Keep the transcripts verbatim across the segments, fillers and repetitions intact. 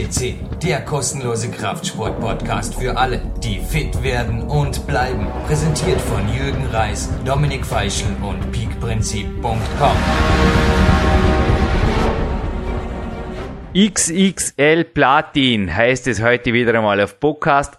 C C, der kostenlose Kraftsport-Podcast für alle, die fit werden und bleiben. Präsentiert von Jürgen Reis, Dominik Feischl und peak prinzip punkt com. X X L Platin heißt es heute wieder einmal auf Podcast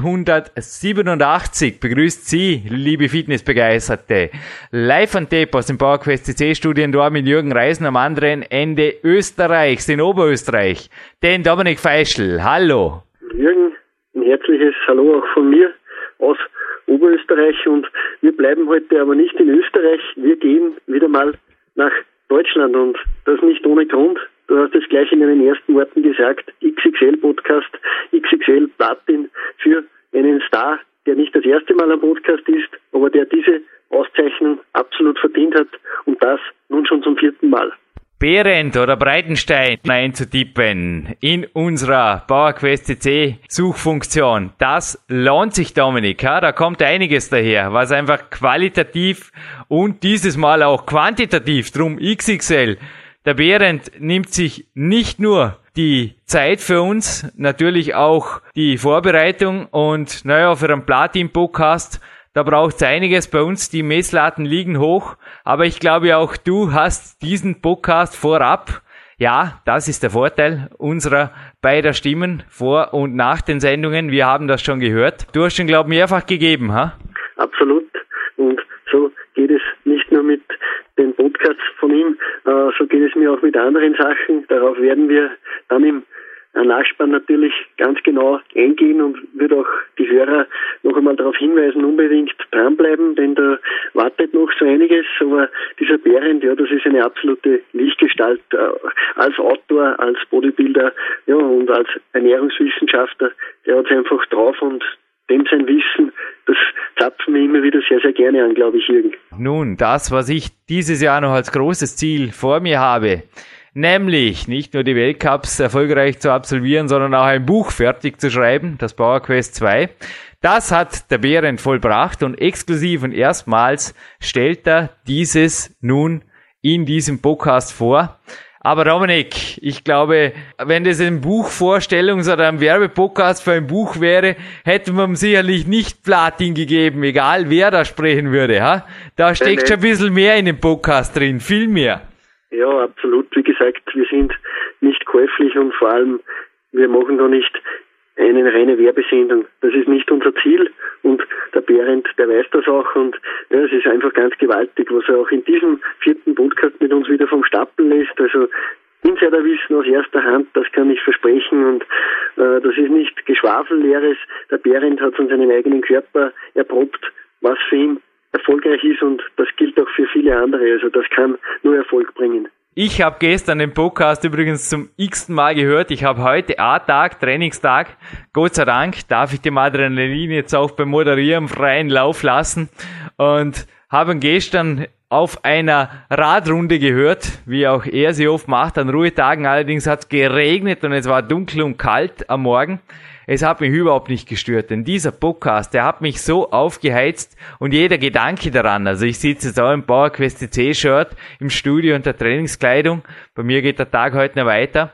hundertsiebenundachtzig. Begrüßt Sie, liebe Fitnessbegeisterte. Live on Tape aus dem PowerQuest C C Studien dort mit Jürgen Reisen am anderen Ende Österreichs, in Oberösterreich. Den Dominik Feischl. Hallo. Jürgen, ein herzliches Hallo auch von mir aus Oberösterreich, und wir bleiben heute aber nicht in Österreich. Wir gehen wieder mal nach Deutschland, und das nicht ohne Grund. Du hast es gleich in deinen ersten Worten gesagt, X X L Podcast, X X L Platin für einen Star, der nicht das erste Mal am Podcast ist, aber der diese Auszeichnung absolut verdient hat, und das nun schon zum vierten Mal. Behrendt oder Breitenstein einzutippen in unserer PowerQuest C C Suchfunktion. Das lohnt sich, Dominik. Ja? Da kommt einiges daher, was einfach qualitativ und dieses Mal auch quantitativ, drum X X L. Der Behrendt nimmt sich nicht nur die Zeit für uns, natürlich auch die Vorbereitung, und naja, für einen Platin-Podcast, da braucht es einiges bei uns, die Messlatten liegen hoch, aber ich glaube auch du hast diesen Podcast vorab. Ja, das ist der Vorteil unserer beider Stimmen vor und nach den Sendungen, wir haben das schon gehört. Du hast schon, glaube ich, mehrfach gegeben, ha? Absolut, und so geht es nicht nur mit den Podcasts von ihm, äh, so geht es mir auch mit anderen Sachen. Darauf werden wir dann im Nachspann natürlich ganz genau eingehen, und würde auch die Hörer noch einmal darauf hinweisen, unbedingt dranbleiben, denn da wartet noch so einiges. Aber dieser Behrendt, ja, das ist eine absolute Lichtgestalt äh, als Autor, als Bodybuilder, ja, und als Ernährungswissenschaftler. Der hat es einfach drauf, und dem sein Wissen, das zapfen wir immer wieder sehr, sehr gerne an, glaube ich, Jürgen. Nun, das, was ich dieses Jahr noch als großes Ziel vor mir habe, nämlich nicht nur die Weltcups erfolgreich zu absolvieren, sondern auch ein Buch fertig zu schreiben, das PowerQuest zwei, das hat der Behrendt vollbracht, und exklusiv und erstmals stellt er dieses nun in diesem Podcast vor. Aber Dominik, ich glaube, wenn das ein Buchvorstellungs- oder ein Werbepodcast für ein Buch wäre, hätte man sicherlich nicht Platin gegeben, egal wer da sprechen würde. Ha? Da steckt nein, nein. schon ein bisschen mehr in dem Podcast drin, viel mehr. Ja, absolut. Wie gesagt, wir sind nicht käuflich, und vor allem, wir machen da nicht eine reine Werbesendung. Das ist nicht unser Ziel, und der Behrendt, der weiß das auch, und ja, es ist einfach ganz gewaltig, was er auch in diesem vierten Podcast mit uns wieder vom Stapel lässt. Also Insiderwissen aus erster Hand, das kann ich versprechen, und äh, das ist nicht Geschwafelleeres. Der Behrendt hat von seinem eigenen Körper erprobt, was für ihn erfolgreich ist, und das gilt auch für viele andere. Also das kann nur Erfolg bringen. Ich habe gestern den Podcast übrigens zum x-ten Mal gehört. Ich habe heute A-Tag, Trainingstag. Gott sei Dank darf ich dem Adrenalin jetzt auch beim Moderieren freien Lauf lassen, und habe ihn gestern auf einer Radrunde gehört, wie auch er sie oft macht an Ruhetagen. Allerdings hat es geregnet und es war dunkel und kalt am Morgen. Es hat mich überhaupt nicht gestört, denn dieser Podcast, der hat mich so aufgeheizt, und jeder Gedanke daran, also ich sitze jetzt auch im PowerQuest C C Shirt im Studio und der Trainingskleidung, bei mir geht der Tag heute noch weiter,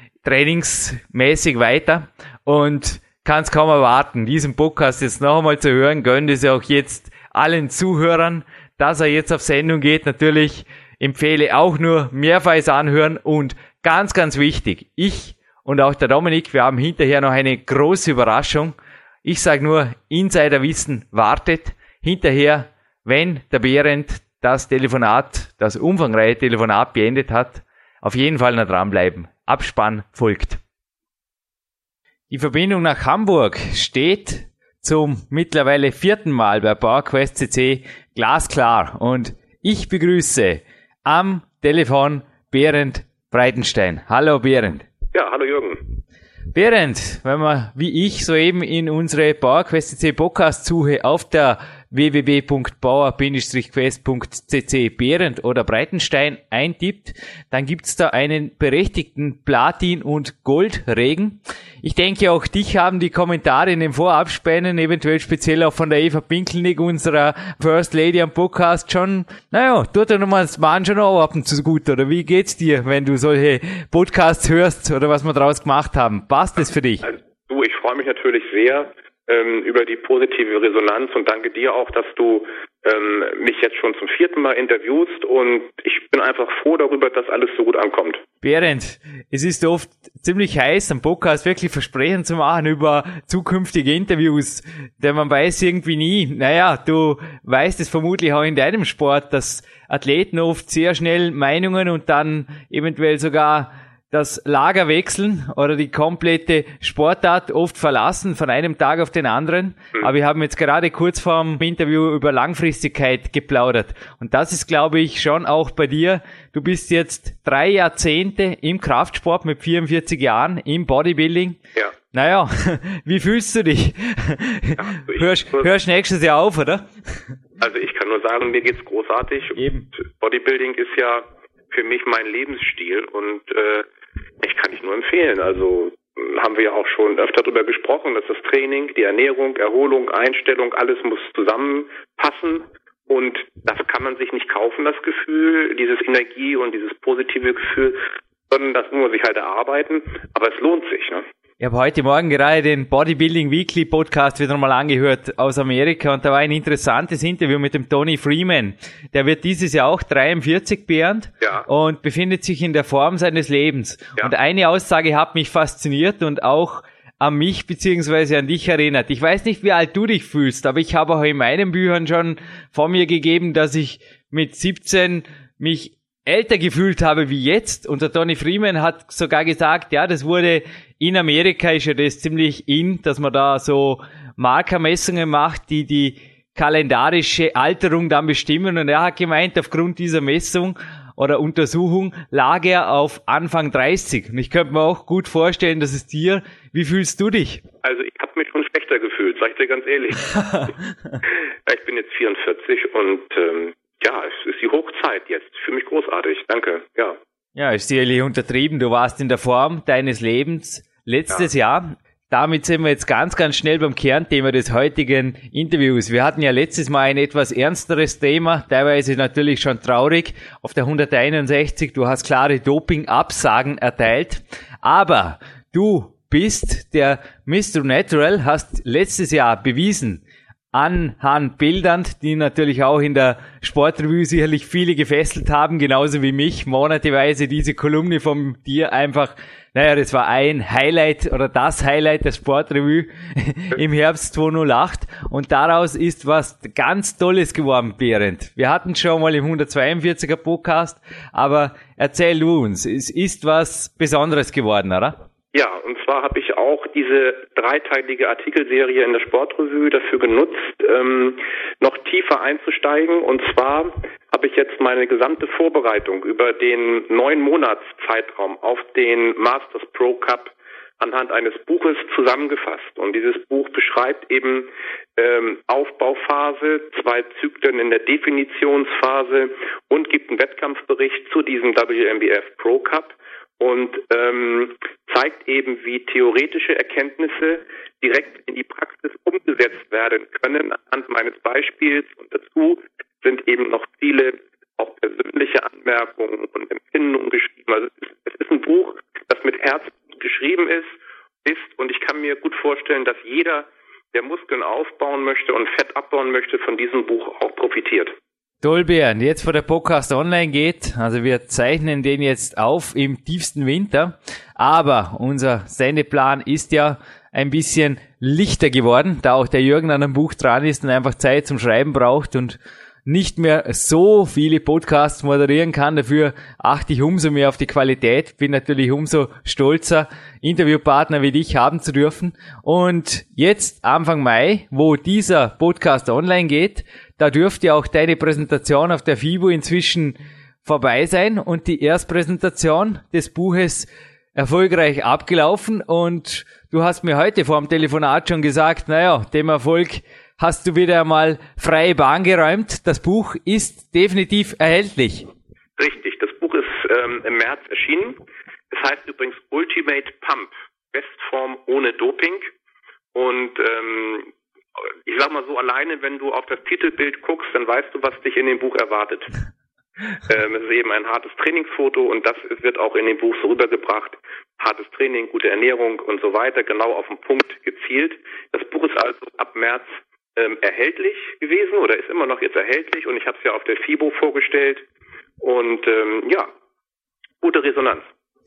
trainingsmäßig weiter, und kann es kaum erwarten, diesen Podcast jetzt noch einmal zu hören. Gönnt es ja auch jetzt allen Zuhörern, dass er jetzt auf Sendung geht. Natürlich empfehle auch nur mehrfach anhören, und ganz, ganz wichtig, ich und auch der Dominik, wir haben hinterher noch eine große Überraschung. Ich sage nur, Insiderwissen wartet. Hinterher, wenn der Behrendt das Telefonat, das umfangreiche Telefonat beendet hat, auf jeden Fall noch dranbleiben. Abspann folgt. Die Verbindung nach Hamburg steht zum mittlerweile vierten Mal bei PowerQuest C C glasklar. Und ich begrüße am Telefon Behrendt Breitenstein. Hallo Behrendt. Ja, hallo Jürgen. Behrendt, wenn man wie ich soeben in unsere PowerQuest C C Podcast-Suche auf der w w w punkt bauer Bindestrich quest punkt c c Behrendt oder Breitenstein eintippt, dann gibt's da einen berechtigten Platin- und Goldregen. Ich denke, auch dich haben die Kommentare in den Vorabspänen, eventuell speziell auch von der Eva Pinkelnick, unserer First Lady am Podcast, schon, naja, tut er nochmal das Mann schon auch ab und zu gut, oder wie geht's dir, wenn du solche Podcasts hörst oder was wir draus gemacht haben? Passt das für dich? Also, du, ich freue mich natürlich sehr ähm, über die positive Resonanz und danke dir auch, dass du ähm, mich jetzt schon zum vierten Mal interviewst und ich bin einfach froh darüber, dass alles so gut ankommt. Behrendt, es ist oft ziemlich heiß, am Podcast wirklich Versprechen zu machen über zukünftige Interviews, denn man weiß irgendwie nie. Naja, du weißt es vermutlich auch in deinem Sport, dass Athleten oft sehr schnell Meinungen und dann eventuell sogar das Lager wechseln oder die komplette Sportart oft verlassen von einem Tag auf den anderen. Mhm. Aber wir haben jetzt gerade kurz vorm Interview über Langfristigkeit geplaudert. Und das ist, glaube ich, schon auch bei dir. Du bist jetzt drei Jahrzehnte im Kraftsport mit vierundvierzig Jahren, im Bodybuilding. Ja. Naja, wie fühlst du dich? Ja, also hörst, hörst nächstes Jahr auf, oder? Also ich kann nur sagen, mir geht's großartig. Eben. Bodybuilding ist ja für mich mein Lebensstil und äh, ich kann dich nur empfehlen. Also haben wir ja auch schon öfter darüber gesprochen, dass das Training, die Ernährung, Erholung, Einstellung, alles muss zusammenpassen und das kann man sich nicht kaufen, das Gefühl, dieses Energie und dieses positive Gefühl, sondern das muss man sich halt erarbeiten, aber es lohnt sich, ne? Ich habe heute Morgen gerade den Bodybuilding Weekly Podcast wieder mal angehört aus Amerika und da war ein interessantes Interview mit dem Tony Freeman. Der wird dieses Jahr auch dreiundvierzig, Behrendt, ja, und befindet sich in der Form seines Lebens. Ja. Und eine Aussage hat mich fasziniert und auch an mich beziehungsweise an dich erinnert. Ich weiß nicht, wie alt du dich fühlst, aber ich habe auch in meinen Büchern schon von mir gegeben, dass ich mit siebzehn mich älter gefühlt habe wie jetzt. Und der Tony Freeman hat sogar gesagt, ja, das wurde in Amerika, ist ja das ziemlich in, dass man da so Markermessungen macht, die die kalendarische Alterung dann bestimmen. Und er hat gemeint, aufgrund dieser Messung oder Untersuchung lag er auf Anfang dreißig. Und ich könnte mir auch gut vorstellen, dass es dir, wie fühlst du dich? Also ich habe mich schon schlechter gefühlt, sag ich dir ganz ehrlich. Ich bin jetzt vierundvierzig und ähm, ja, es ist die Hochzeit jetzt. Ich fühle mich großartig. Danke. Ja. Ja, ist sicherlich untertrieben. Du warst in der Form deines Lebens letztes ja. Jahr. Damit sind wir jetzt ganz, ganz schnell beim Kernthema des heutigen Interviews. Wir hatten ja letztes Mal ein etwas ernsteres Thema, teilweise natürlich schon traurig. Auf der hunderteinundsechzig, du hast klare Doping-Absagen erteilt. Aber du bist der Mister Natural, hast letztes Jahr bewiesen, anhand Bildern, die natürlich auch in der Sportrevue sicherlich viele gefesselt haben, genauso wie mich, monateweise diese Kolumne von dir einfach, naja, das war ein Highlight oder das Highlight der Sportrevue im Herbst zweitausendacht und daraus ist was ganz Tolles geworden, Behrendt. Wir hatten schon mal im hundertzweiundvierziger Podcast, aber erzähl du uns, es ist was Besonderes geworden, oder? Ja, und zwar habe ich auch diese dreiteilige Artikelserie in der Sportrevue dafür genutzt, ähm, noch tiefer einzusteigen. Und zwar habe ich jetzt meine gesamte Vorbereitung über den neun Monats Zeitraum auf den Masters Pro Cup anhand eines Buches zusammengefasst. Und dieses Buch beschreibt eben ähm, Aufbauphase, zwei Zyklen in der Definitionsphase und gibt einen Wettkampfbericht zu diesem W M B F Pro Cup. Und ähm, zeigt eben, wie theoretische Erkenntnisse direkt in die Praxis umgesetzt werden können anhand meines Beispiels. Und dazu sind eben noch viele auch persönliche Anmerkungen und Empfindungen geschrieben. Also es ist, es ist ein Buch, das mit Herz geschrieben ist, ist. Und ich kann mir gut vorstellen, dass jeder, der Muskeln aufbauen möchte und Fett abbauen möchte, von diesem Buch auch profitiert. Toll, Behrendt, jetzt wo der Podcast online geht, also wir zeichnen den jetzt auf im tiefsten Winter, aber unser Sendeplan ist ja ein bisschen lichter geworden, da auch der Jürgen an einem Buch dran ist und einfach Zeit zum Schreiben braucht und nicht mehr so viele Podcasts moderieren kann. Dafür achte ich umso mehr auf die Qualität, bin natürlich umso stolzer, Interviewpartner wie dich haben zu dürfen. Und jetzt Anfang Mai, wo dieser Podcast online geht, da dürfte auch deine Präsentation auf der FIBO inzwischen vorbei sein und die Erstpräsentation des Buches erfolgreich abgelaufen. Und du hast mir heute vor dem Telefonat schon gesagt, naja, dem Erfolg hast du wieder mal freie Bahn geräumt. Das Buch ist definitiv erhältlich. Richtig, das Buch ist ähm, im März erschienen. Es heißt übrigens Ultimate Pump, Bestform ohne Doping. Und ähm, ich sag mal so, alleine wenn du auf das Titelbild guckst, dann weißt du, was dich in dem Buch erwartet. ähm, es ist eben ein hartes Trainingsfoto und das wird auch in dem Buch so rübergebracht. Hartes Training, gute Ernährung und so weiter, genau auf den Punkt gezielt. Das Buch ist also ab März ähm, erhältlich gewesen oder ist immer noch jetzt erhältlich und ich habe es ja auf der FIBO vorgestellt und ähm, ja, gute Resonanz.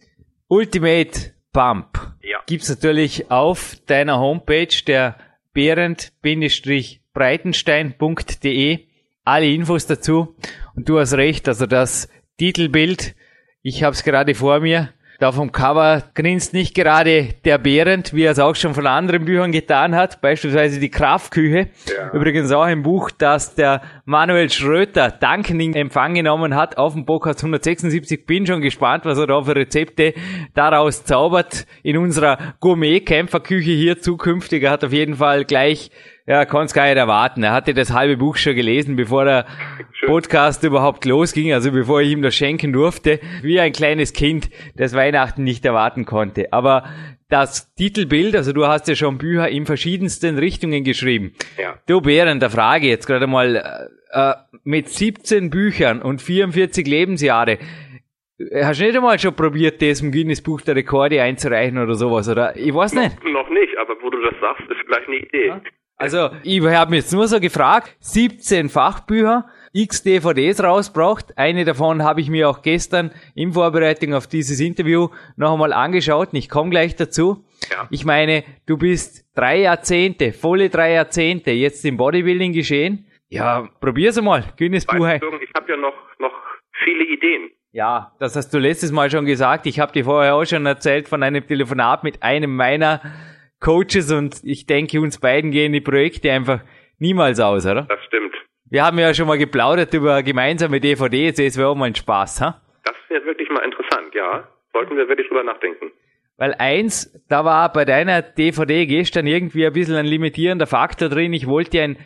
Ultimate Pump ja. Gibt's natürlich auf deiner Homepage, der behrend breitenstein punkt de, alle Infos dazu. Und du hast recht, also das Titelbild, ich habe es gerade vor mir, da vom Cover grinst nicht gerade der Behrend, wie er es auch schon von anderen Büchern getan hat, beispielsweise die Kraftküche. Ja. Übrigens auch ein Buch, das der Manuel Schröter dankend in Empfang genommen hat auf dem Podcast hundertsechsundsiebzig. Bin schon gespannt, was er da für Rezepte daraus zaubert in unserer Gourmet-Kämpferküche hier zukünftig. Er hat auf jeden Fall gleich, ja, kann es gar nicht erwarten. Er hatte das halbe Buch schon gelesen, bevor der Schön. Podcast überhaupt losging, also bevor ich ihm das schenken durfte, wie ein kleines Kind, das Weihnachten nicht erwarten konnte. Aber das Titelbild, also du hast ja schon Bücher in verschiedensten Richtungen geschrieben. Ja. Du, Behrend, der Frage jetzt gerade mal, äh, mit siebzehn Büchern und vierundvierzig Lebensjahre, hast du nicht einmal schon probiert, das im Guinness-Buch der Rekorde einzureichen oder sowas, oder? Ich weiß nicht. Noch, noch nicht, aber wo du das sagst, ist gleich eine Idee. Ja. Also, ich habe mich jetzt nur so gefragt, siebzehn Fachbücher, x D V Ds rausgebracht. Eine davon habe ich mir auch gestern in Vorbereitung auf dieses Interview noch einmal angeschaut und ich komme gleich dazu. Ja. Ich meine, du bist drei Jahrzehnte, volle drei Jahrzehnte jetzt im Bodybuilding geschehen. Ja, probier's einmal, Guinness-Buch. Ich habe ja noch, noch viele Ideen. Ja, das hast du letztes Mal schon gesagt. Ich habe dir vorher auch schon erzählt von einem Telefonat mit einem meiner Coaches und ich denke, uns beiden gehen die Projekte einfach niemals aus, oder? Das stimmt. Wir haben ja schon mal geplaudert über gemeinsame D V Ds, das wäre auch mal ein Spaß, ha? Das wäre wirklich mal interessant, ja. Sollten wir wirklich drüber nachdenken. Weil eins, da war bei deiner D V D gestern irgendwie ein bisschen ein limitierender Faktor drin. Ich wollte ein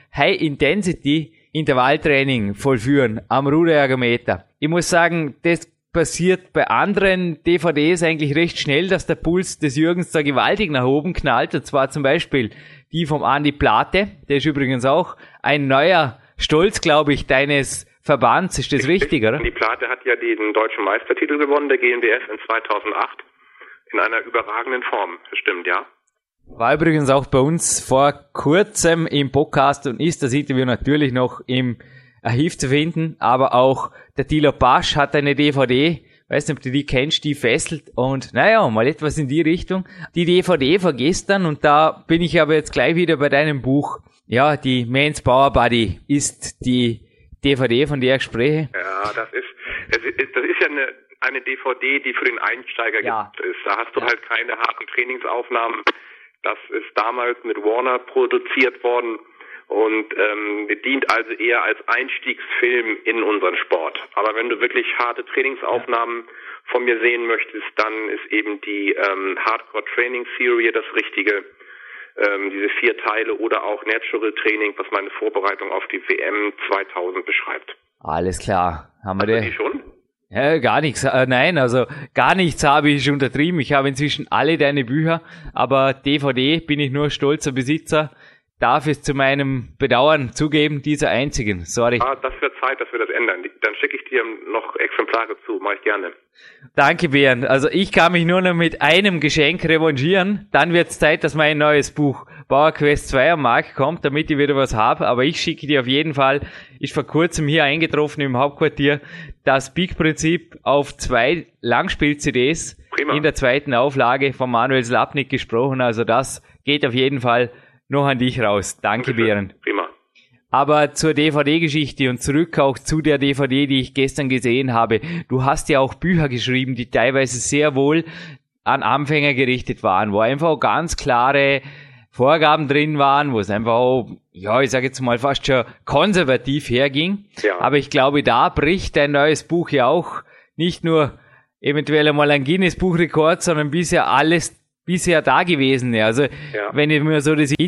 High-Intensity-Intervalltraining vollführen am Ruderergometer. Ich muss sagen, das passiert bei anderen D V Ds eigentlich recht schnell, dass der Puls des Jürgens da gewaltig nach oben knallt. Und zwar zum Beispiel die vom Andi Plate. Der ist übrigens auch ein neuer Stolz, glaube ich, deines Verbands. Ist das richtig, oder? Andi Plate hat ja den deutschen Meistertitel gewonnen, der G N B F in zweitausendacht. In einer überragenden Form. Das stimmt, ja. War übrigens auch bei uns vor kurzem im Podcast und ist das Interview natürlich noch im Archiv zu finden, aber auch der Thilo Pasch hat eine D V D, weiß nicht, ob du die kennst, die fesselt und naja, mal etwas in die Richtung. Die D V D von gestern und da bin ich aber jetzt gleich wieder bei deinem Buch. Ja, die Men's Power Body ist die D V D, von der ich spreche. Ja, das ist, das ist, das ist ja eine, eine D V D, die für den Einsteiger ja. ist. Da hast du ja. halt keine harten Trainingsaufnahmen. Das ist damals mit Warner produziert worden. Und ähm, dient also eher als Einstiegsfilm in unseren Sport. Aber wenn du wirklich harte Trainingsaufnahmen von mir sehen möchtest, dann ist eben die ähm, Hardcore Training Serie das Richtige. Ähm, diese vier Teile oder auch Natural Training, was meine Vorbereitung auf die W M zweitausend beschreibt. Alles klar. Haben wir Hast du die schon? Ja, gar nichts. Äh, nein, also gar nichts habe ich untertrieben. Ich habe inzwischen alle deine Bücher, aber D V D bin ich nur stolzer Besitzer. Darf es zu meinem Bedauern zugeben, dieser einzigen. Sorry. Ah, das wird Zeit, dass wir das ändern. Dann schicke ich dir noch Exemplare zu. Mach ich gerne. Danke, Bernd. Also ich kann mich nur noch mit einem Geschenk revanchieren. Dann wird es Zeit, dass mein neues Buch Power Quest zwei am Markt kommt, damit ich wieder was habe. Aber ich schicke dir auf jeden Fall, ist vor kurzem hier eingetroffen im Hauptquartier, das Peak-Prinzip auf zwei Langspiel-C Ds Prima. In der zweiten Auflage von Manuel Slapnik gesprochen. Also das geht auf jeden Fall noch an dich raus. Danke, Bernd. Prima. Aber zur D V D-Geschichte und zurück auch zu der D V D, die ich gestern gesehen habe. Du hast ja auch Bücher geschrieben, die teilweise sehr wohl an Anfänger gerichtet waren, wo einfach auch ganz klare Vorgaben drin waren, wo es einfach auch, ja, ich sage jetzt mal fast schon konservativ herging. Ja. Aber ich glaube, da bricht dein neues Buch ja auch nicht nur eventuell einmal ein Guinness-Buchrekord, sondern bisher alles bisher Dagewesene. Also ja. wenn ich mir so das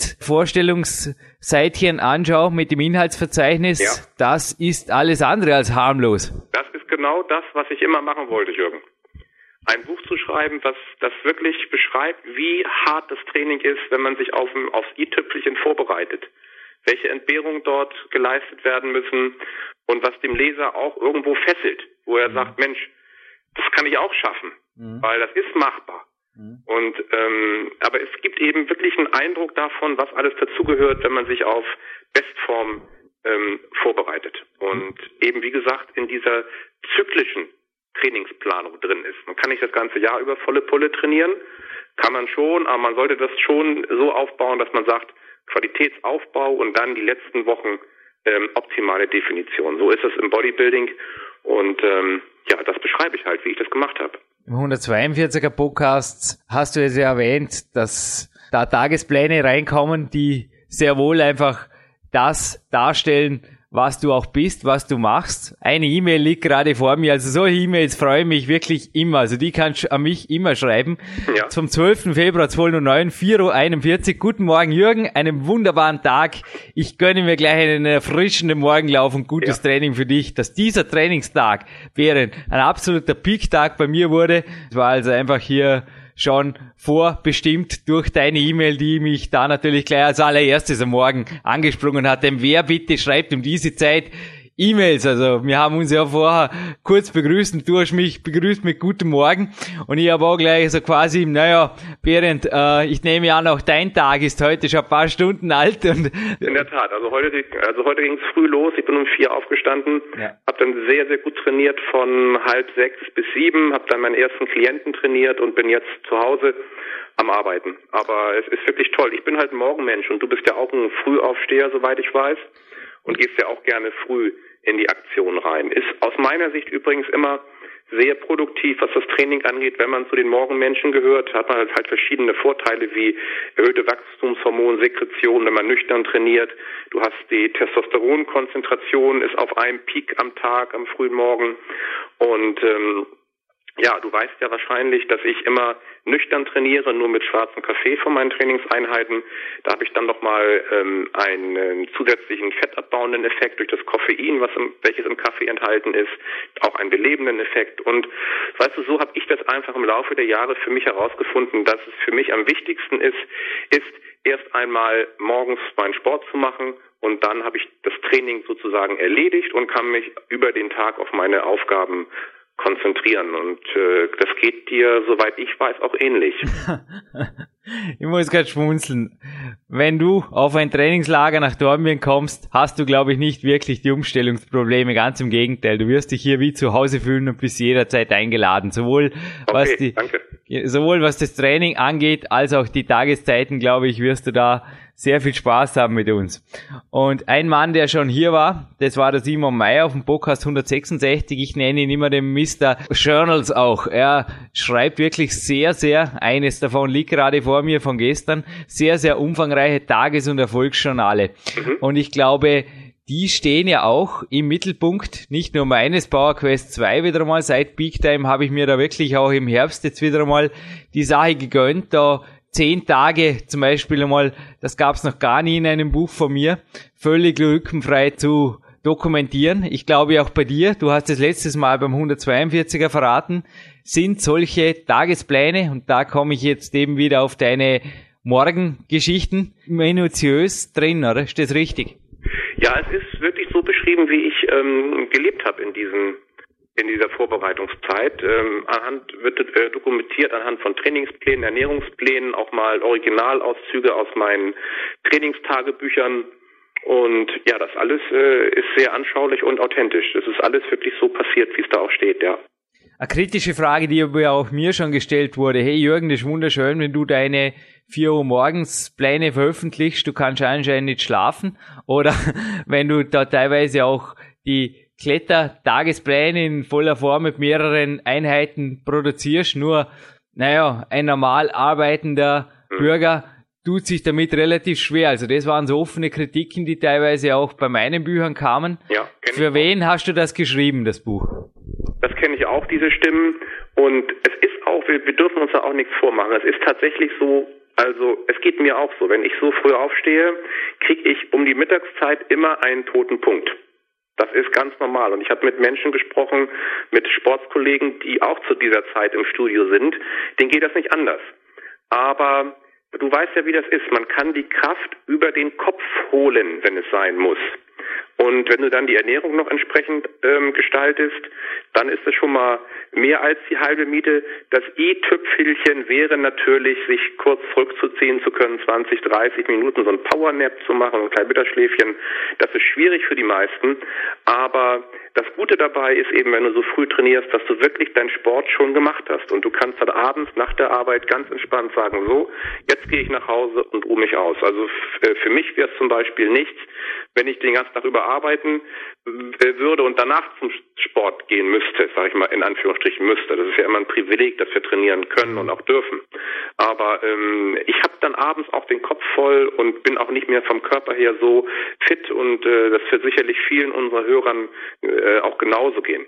Internet-Vorstellungsseitchen anschaue mit dem Inhaltsverzeichnis, ja. das ist alles andere als harmlos. Das ist genau das, was ich immer machen wollte, Jürgen. Ein Buch zu schreiben, was das wirklich beschreibt, wie hart das Training ist, wenn man sich auf, aufs i-Tüpfelchen vorbereitet. Welche Entbehrungen dort geleistet werden müssen und was dem Leser auch irgendwo fesselt, wo er mhm. sagt, Mensch, das kann ich auch schaffen, mhm. weil das ist machbar. Mhm. Und ähm, aber es gibt eben wirklich einen Eindruck davon, was alles dazugehört, wenn man sich auf Bestform ähm, vorbereitet. Und mhm. eben, wie gesagt, in dieser zyklischen Trainingsplanung drin ist. Man kann nicht das ganze Jahr über volle Pulle trainieren, kann man schon, aber man sollte das schon so aufbauen, dass man sagt, Qualitätsaufbau und dann die letzten Wochen ähm, optimale Definition. So ist es im Bodybuilding und ähm, ja, das beschreibe ich halt, wie ich das gemacht habe. Im hundertzweiundvierziger Podcast hast du jetzt ja erwähnt, dass da Tagespläne reinkommen, die sehr wohl einfach das darstellen, was du auch bist, was du machst. Eine E-Mail liegt gerade vor mir, also solche E-Mails freuen mich wirklich immer, also die kannst du an mich immer schreiben. Ja. Zum zwölften Februar zweitausendneun, vier Uhr einundvierzig. Guten Morgen Jürgen, einen wunderbaren Tag. Ich gönne mir gleich einen erfrischenden Morgenlauf und gutes ja. Training für dich. Dass dieser Trainingstag während ein absoluter Peak-Tag bei mir wurde, das war also einfach hier schon vorbestimmt durch deine E-Mail, die mich da natürlich gleich als allererstes am Morgen angesprungen hat. Denn wer bitte schreibt um diese Zeit E-Mails? Also wir haben uns ja vorher kurz begrüßt und du hast mich begrüßt mit Guten Morgen und ich habe auch gleich so quasi, naja, Berend, äh, ich nehme an, auch dein Tag ist heute schon ein paar Stunden alt. Und in der Tat, also heute, also heute ging es früh los, ich bin um vier aufgestanden, ja. habe dann sehr, sehr gut trainiert von halb sechs bis sieben, habe dann meinen ersten Klienten trainiert und bin jetzt zu Hause am Arbeiten. Aber es ist wirklich toll. Ich bin halt ein Morgenmensch und du bist ja auch ein Frühaufsteher, soweit ich weiß, und gehst ja auch gerne früh in die Aktion rein. Ist aus meiner Sicht übrigens immer sehr produktiv, was das Training angeht. Wenn man zu den Morgenmenschen gehört, hat man halt, halt verschiedene Vorteile wie erhöhte Wachstumshormonsekretion, wenn man nüchtern trainiert. Du hast die Testosteronkonzentration, ist auf einem Peak am Tag, am frühen Morgen. Und ähm, ja, du weißt ja wahrscheinlich, dass ich immer nüchtern trainiere, nur mit schwarzem Kaffee von meinen Trainingseinheiten. Da habe ich dann nochmal ähm, einen zusätzlichen fettabbauenden Effekt durch das Koffein, was im, welches im Kaffee enthalten ist, auch einen belebenden Effekt. Und weißt du, so habe ich das einfach im Laufe der Jahre für mich herausgefunden, dass es für mich am wichtigsten ist, ist erst einmal morgens meinen Sport zu machen und dann habe ich das Training sozusagen erledigt und kann mich über den Tag auf meine Aufgaben konzentrieren und äh, das geht dir, soweit ich weiß, auch ähnlich. Ich muss gerade schmunzeln. Wenn du auf ein Trainingslager nach Dornbirn kommst, hast du, glaube ich, nicht wirklich die Umstellungsprobleme. Ganz im Gegenteil. Du wirst dich hier wie zu Hause fühlen und bist jederzeit eingeladen. Sowohl, okay, was die, danke. sowohl was das Training angeht, als auch die Tageszeiten, glaube ich, wirst du da sehr viel Spaß haben mit uns. Und ein Mann, der schon hier war, das war der Simon Meyer auf dem Podcast hundertsechsundsechzig. Ich nenne ihn immer den Mister Journals auch. Er schreibt wirklich sehr, sehr, eines davon liegt gerade vor mir von gestern, sehr, sehr umfangreiche Tages- und Erfolgsjournale. Mhm. Und ich glaube, die stehen ja auch im Mittelpunkt, nicht nur meines PowerQuest zwei wieder einmal. Seit Peak Time habe ich mir da wirklich auch im Herbst jetzt wieder einmal die Sache gegönnt, da Zehn Tage zum Beispiel einmal, das gab es noch gar nie in einem Buch von mir, völlig lückenfrei zu dokumentieren. Ich glaube auch bei dir, du hast es letztes Mal beim hundertzweiundvierziger verraten, sind solche Tagespläne, und da komme ich jetzt eben wieder auf deine Morgengeschichten, minutiös drin, oder? Ist das richtig? Ja, es ist wirklich so beschrieben, wie ich ähm, gelebt habe in diesen in dieser Vorbereitungszeit. Ähm, anhand wird äh, dokumentiert anhand von Trainingsplänen, Ernährungsplänen, auch mal Originalauszüge aus meinen Trainingstagebüchern. Und ja, das alles äh, ist sehr anschaulich und authentisch. Das ist alles wirklich so passiert, wie es da auch steht, ja. Eine kritische Frage, die aber auch mir schon gestellt wurde. Hey Jürgen, das ist wunderschön, wenn du deine vier Uhr morgens Pläne veröffentlichst, du kannst anscheinend nicht schlafen. Oder wenn du da teilweise auch die Kletter-Tagespläne in voller Form mit mehreren Einheiten produzierst, nur, naja, ein normal arbeitender Bürger tut sich damit relativ schwer. Also das waren so offene Kritiken, die teilweise auch bei meinen Büchern kamen. Ja, Für wen hast du das geschrieben, das Buch? Das kenne ich auch, diese Stimmen. Und es ist auch wir, wir dürfen uns da auch nichts vormachen. Es ist tatsächlich so, also es geht mir auch so, wenn ich so früh aufstehe, kriege ich um die Mittagszeit immer einen toten Punkt. Das ist ganz normal. Und ich habe mit Menschen gesprochen, mit Sportskollegen, die auch zu dieser Zeit im Studio sind. Denen geht das nicht anders. Aber du weißt ja, wie das ist. Man kann die Kraft über den Kopf holen, wenn es sein muss. Und wenn du dann die Ernährung noch entsprechend ähm, gestaltest, dann ist es schon mal mehr als die halbe Miete. Das i-Tüpfelchen wäre natürlich, sich kurz zurückzuziehen zu können, zwanzig, dreißig Minuten so ein Powernap zu machen, ein kleines Mittagsschläfchen. Das ist schwierig für die meisten, aber das Gute dabei ist eben, wenn du so früh trainierst, dass du wirklich deinen Sport schon gemacht hast und du kannst dann abends nach der Arbeit ganz entspannt sagen, so, jetzt gehe ich nach Hause und ruhe mich aus. Also f- für mich wäre es zum Beispiel nichts, wenn ich den ganzen Tag über arbeiten äh, würde und danach zum Sport gehen müsste, sage ich mal in Anführungsstrichen müsste. Das ist ja immer ein Privileg, dass wir trainieren können und auch dürfen. Aber ähm, ich habe dann abends auch den Kopf voll und bin auch nicht mehr vom Körper her so fit und äh, das wird sicherlich vielen unserer Hörern äh, auch genauso gehen.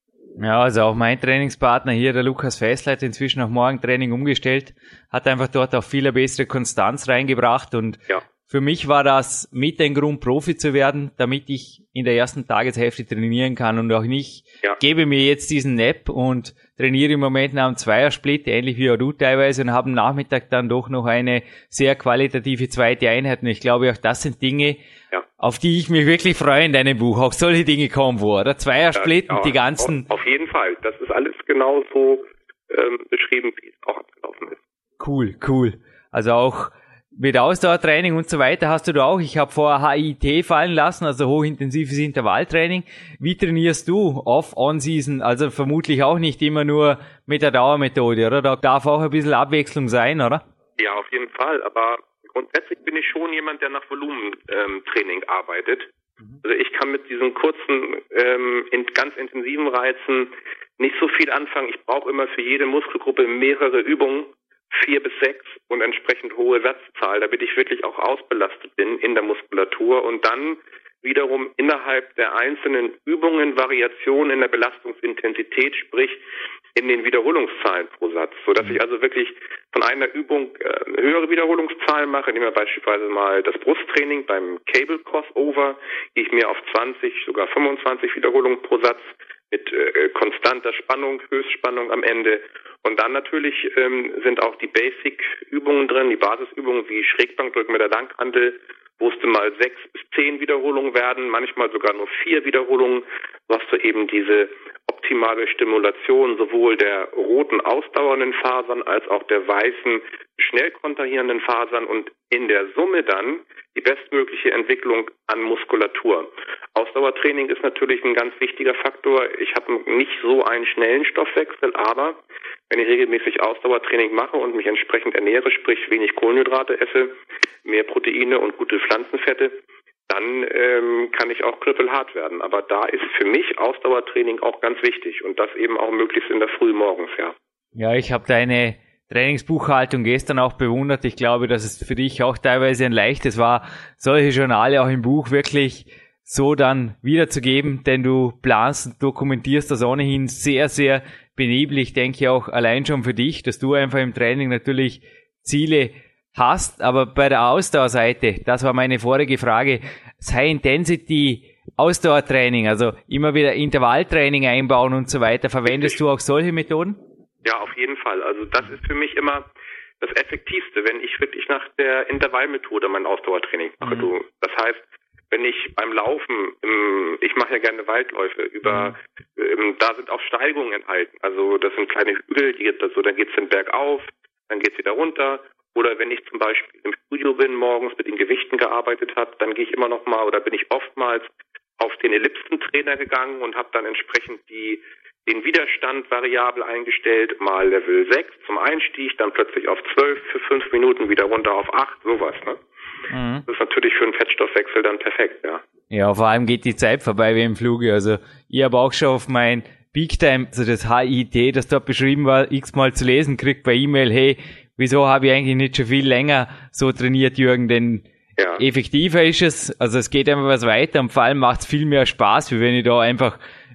Ja, also auch mein Trainingspartner hier, der Lukas Fessler, hat inzwischen auf Morgentraining umgestellt, hat einfach dort auch viel bessere Konstanz reingebracht und ja. Für mich war das mit ein Grund, Profi zu werden, damit ich in der ersten Tageshälfte trainieren kann und auch nicht, ja. gebe mir jetzt diesen Nap und trainiere im Moment nach einem Zweiersplit, ähnlich wie auch du teilweise, und habe am Nachmittag dann doch noch eine sehr qualitative zweite Einheit. Und ich glaube, auch das sind Dinge, ja. auf die ich mich wirklich freue in deinem Buch. Auch solche Dinge kommen vor, oder? Zweiersplit ja, und die ganzen... Auf, auf jeden Fall. Das ist alles genauso ähm, beschrieben, wie es auch abgelaufen ist. Cool, cool. Also auch... Mit Ausdauertraining und so weiter hast du da auch. Ich habe vorher H I I T fallen lassen, also hochintensives Intervalltraining. Wie trainierst du off, on-season? Also vermutlich auch nicht immer nur mit der Dauermethode, oder? Da darf auch ein bisschen Abwechslung sein, oder? Ja, auf jeden Fall. Aber grundsätzlich bin ich schon jemand, der nach Volumentraining ähm, arbeitet. Mhm. Also ich kann mit diesen kurzen, ähm, in, ganz intensiven Reizen nicht so viel anfangen. Ich brauche immer für jede Muskelgruppe mehrere Übungen. Vier bis sechs und entsprechend hohe Satzzahl, damit ich wirklich auch ausbelastet bin in der Muskulatur und dann wiederum innerhalb der einzelnen Übungen Variationen in der Belastungsintensität, sprich in den Wiederholungszahlen pro Satz, sodass ich also wirklich von einer Übung äh, höhere Wiederholungszahlen mache. Nehmen wir beispielsweise mal das Brusttraining beim Cable Crossover, gehe ich mir auf zwanzig, sogar fünfundzwanzig Wiederholungen pro Satz mit äh, konstanter Spannung, Höchstspannung am Ende. Und dann natürlich ähm, sind auch die Basic-Übungen drin, die Basisübungen wie Schrägbankdrücken mit der Langhantel, wo es dann mal sechs bis zehn Wiederholungen werden, manchmal sogar nur vier Wiederholungen, was du eben diese optimale Stimulation sowohl der roten ausdauernden Fasern als auch der weißen schnell kontrahierenden Fasern und in der Summe dann die bestmögliche Entwicklung an Muskulatur. Ausdauertraining ist natürlich ein ganz wichtiger Faktor. Ich habe nicht so einen schnellen Stoffwechsel, aber wenn ich regelmäßig Ausdauertraining mache und mich entsprechend ernähre, sprich wenig Kohlenhydrate esse, mehr Proteine und gute Pflanzenfette, dann ähm, kann ich auch krüppelhart werden. Aber da ist für mich Ausdauertraining auch ganz wichtig und das eben auch möglichst in der Früh morgens, ja. Ja, ich habe deine Trainingsbuchhaltung gestern auch bewundert. Ich glaube, dass es für dich auch teilweise ein leichtes war, solche Journale auch im Buch wirklich so dann wiederzugeben, denn du planst und dokumentierst das ohnehin sehr, sehr benebelig, denke ich auch allein schon für dich, dass du einfach im Training natürlich Ziele hast, aber bei der Ausdauerseite, das war meine vorige Frage, das High Intensity Ausdauertraining, also immer wieder Intervalltraining einbauen und so weiter, verwendest du auch solche Methoden? Ja, auf jeden Fall. Also das ist für mich immer das Effektivste, wenn ich wirklich nach der Intervallmethode mein Ausdauertraining mache. Mhm. Du, das heißt, wenn ich beim Laufen, im, ich mache ja gerne Waldläufe, über mhm. ähm, da sind auch Steigungen enthalten. Also das sind kleine Hügel, die geht das so, dann geht's den Berg auf, dann geht's wieder runter. Oder wenn ich zum Beispiel im Studio bin, morgens mit den Gewichten gearbeitet habe, dann gehe ich immer noch mal oder bin ich oftmals auf den Ellipsentrainer gegangen und habe dann entsprechend die den Widerstand variabel eingestellt, mal Level sechs zum Einstieg, dann plötzlich auf zwölf für fünf Minuten, wieder runter auf acht, sowas, ne? Mhm. Das ist natürlich für einen Fettstoffwechsel dann perfekt, ja. Ja, vor allem geht die Zeit vorbei wie im Fluge. Also ich habe auch schon auf mein Peak Time, also das H I I T, das dort beschrieben war, x-mal zu lesen, kriegt per E-Mail, hey, wieso habe ich eigentlich nicht schon viel länger so trainiert, Jürgen, denn ja. effektiver ist es, also es geht einfach was weiter und vor allem macht es viel mehr Spaß, wie wenn ich da einfach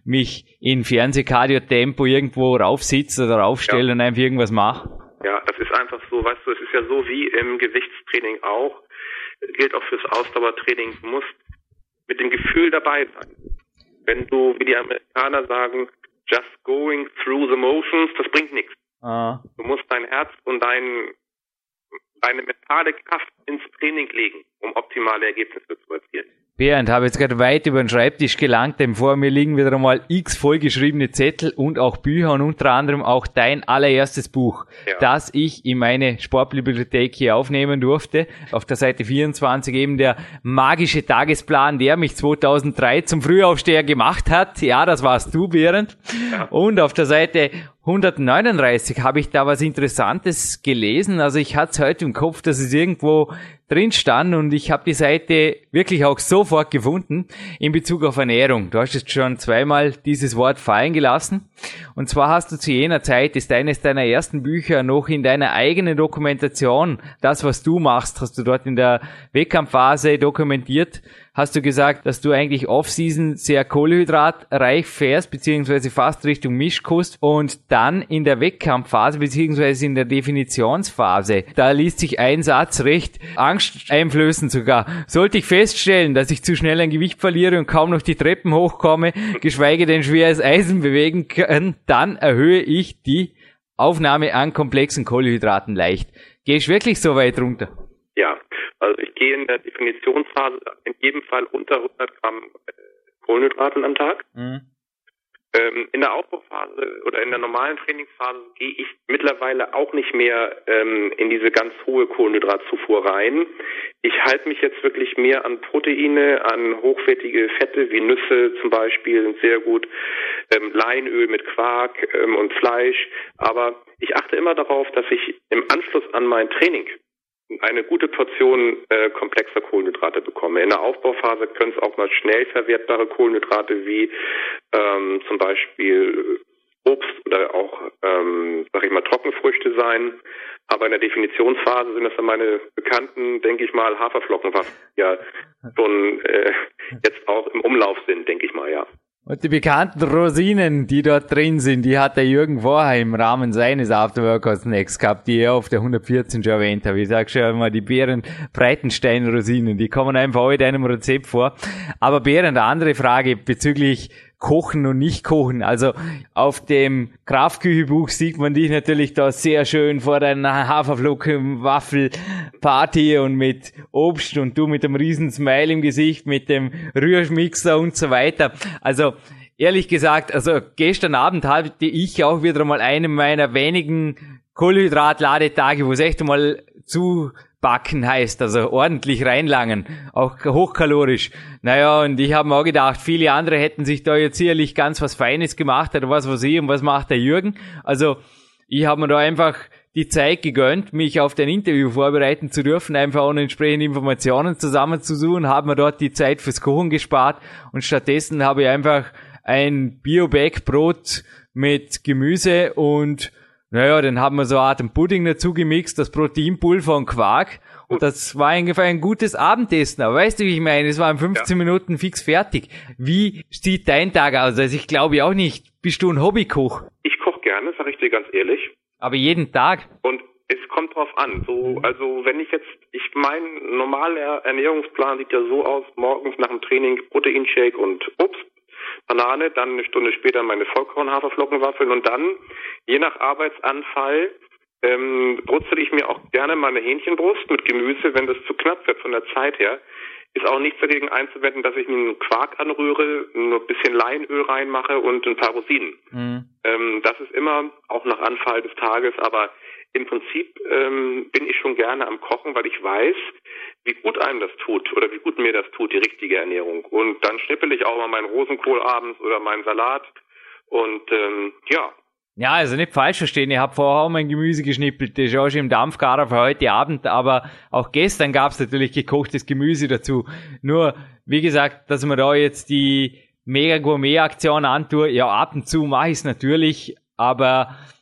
mich in Fernsehkardio-Tempo irgendwo raufsitze oder raufstelle ja. und einfach irgendwas mache. Ja, das ist einfach so, weißt du, es ist ja so wie im Gewichtstraining auch, gilt auch fürs Ausdauertraining, du musst mit dem Gefühl dabei sein. Wenn du, wie die Amerikaner sagen, just going through the motions, das bringt nichts. Ah. Du musst dein Herz und dein, deine mentale Kraft ins Training legen, um optimale Ergebnisse zu erzielen. Bernd, habe jetzt gerade weit über den Schreibtisch gelangt, denn vor mir liegen wieder einmal x vollgeschriebene Zettel und auch Bücher und unter anderem auch dein allererstes Buch, ja. das ich in meine Sportbibliothek hier aufnehmen durfte. Auf der Seite vierundzwanzig eben der magische Tagesplan, der mich zweitausenddrei zum Frühaufsteher gemacht hat. Ja, das warst du, Bernd. Ja. Und auf der Seite hundertneununddreißig habe ich da was Interessantes gelesen. Also ich hatte es heute im Kopf, dass es irgendwo drin stand und ich habe die Seite wirklich auch sofort gefunden in Bezug auf Ernährung. Du hast jetzt schon zweimal dieses Wort fallen gelassen. Und zwar hast du zu jener Zeit, ist eines deiner ersten Bücher noch in deiner eigenen Dokumentation, das was du machst, hast du dort in der Wettkampfphase dokumentiert, hast du gesagt, dass du eigentlich Off-Season sehr kohlenhydratreich fährst, beziehungsweise fast Richtung Mischkost und dann in der Wettkampfphase, beziehungsweise in der Definitionsphase, da liest sich ein Satz recht angsteinflößend sogar. Sollte ich feststellen, dass ich zu schnell ein Gewicht verliere und kaum noch die Treppen hochkomme, geschweige denn schweres Eisen bewegen kann, dann erhöhe ich die Aufnahme an komplexen Kohlenhydraten leicht. Gehst du wirklich so weit runter? Ja, also ich gehe in der Definitionsphase in jedem Fall unter hundert Gramm Kohlenhydraten am Tag. Mhm. Ähm, in der Aufbauphase oder in der normalen Trainingsphase gehe ich mittlerweile auch nicht mehr ähm, in diese ganz hohe Kohlenhydratzufuhr rein. Ich halte mich jetzt wirklich mehr an Proteine, an hochwertige Fette wie Nüsse zum Beispiel, sind sehr gut, ähm, Leinöl mit Quark ähm, und Fleisch. Aber ich achte immer darauf, dass ich im Anschluss an mein Training eine gute Portion äh, komplexer Kohlenhydrate bekomme. In der Aufbauphase können es auch mal schnell verwertbare Kohlenhydrate wie ähm, zum Beispiel Obst oder auch, ähm, sag ich mal, Trockenfrüchte sein. Aber in der Definitionsphase sind das dann meine bekannten, denke ich mal, Haferflocken, was ja schon äh, jetzt auch im Umlauf sind, denke ich mal, ja. Und die bekannten Rosinen, die dort drin sind, die hat der Jürgen vorher im Rahmen seines After-Workout-Snacks gehabt, die er auf der hundertvierzehn schon erwähnt habe. Ich sag schon mal, die Beeren-Breitenstein-Rosinen, die kommen einfach auch in deinem Rezept vor. Aber Bernd, eine andere Frage bezüglich Kochen und nicht kochen. Also auf dem Kraftküchebuch sieht man dich natürlich da sehr schön vor deiner Haferflockenwaffelparty und mit Obst und du mit einem riesen Smile im Gesicht, mit dem Rührmixer und so weiter. Also ehrlich gesagt, also gestern Abend hatte ich auch wieder mal einen meiner wenigen Kohlenhydratladetage, wo es echt einmal zu backen heißt, also ordentlich reinlangen, auch hochkalorisch. Naja, und ich habe mir auch gedacht, viele andere hätten sich da jetzt sicherlich ganz was Feines gemacht oder was weiß ich, und was macht der Jürgen? Also ich habe mir da einfach die Zeit gegönnt, mich auf ein Interview vorbereiten zu dürfen, einfach auch entsprechende Informationen zusammenzusuchen, habe mir dort die Zeit fürs Kochen gespart und stattdessen habe ich einfach ein Bio-Backbrot mit Gemüse und naja, dann haben wir so eine Art Pudding dazu gemixt, das Proteinpulver und Quark. Und das war ungefähr ein gutes Abendessen. Aber weißt du, wie ich meine? Es waren fünfzehn ja. Minuten fix fertig. Wie sieht dein Tag aus? Also ich glaube auch nicht. Bist du ein Hobbykoch? Ich koche gerne, sag ich dir ganz ehrlich. Aber jeden Tag? Und es kommt drauf an. So, also wenn ich jetzt, ich mein normaler Ernährungsplan sieht ja so aus, morgens nach dem Training Proteinshake und Obst. Banane, dann eine Stunde später meine Vollkornhaferflockenwaffeln und dann, je nach Arbeitsanfall, ähm, brutzel ich mir auch gerne mal eine Hähnchenbrust mit Gemüse, wenn das zu knapp wird von der Zeit her. Ist auch nichts dagegen einzuwenden, dass ich einen Quark anrühre, nur ein bisschen Leinöl reinmache und ein paar Rosinen. Mhm. Ähm, das ist immer auch nach Anfall des Tages, aber im Prinzip ähm, bin ich schon gerne am Kochen, weil ich weiß, wie gut einem das tut oder wie gut mir das tut, die richtige Ernährung. Und dann schnippel ich auch mal meinen Rosenkohl abends oder meinen Salat und ähm, ja. Ja, also nicht falsch verstehen, ich habe vorher auch mein Gemüse geschnippelt, das ist auch schon im Dampfgarer für heute Abend, aber auch gestern gab es natürlich gekochtes Gemüse dazu. Nur, wie gesagt, dass man da jetzt die Mega-Gourmet-Aktion antue, ja, ab und zu mache ich es natürlich, aber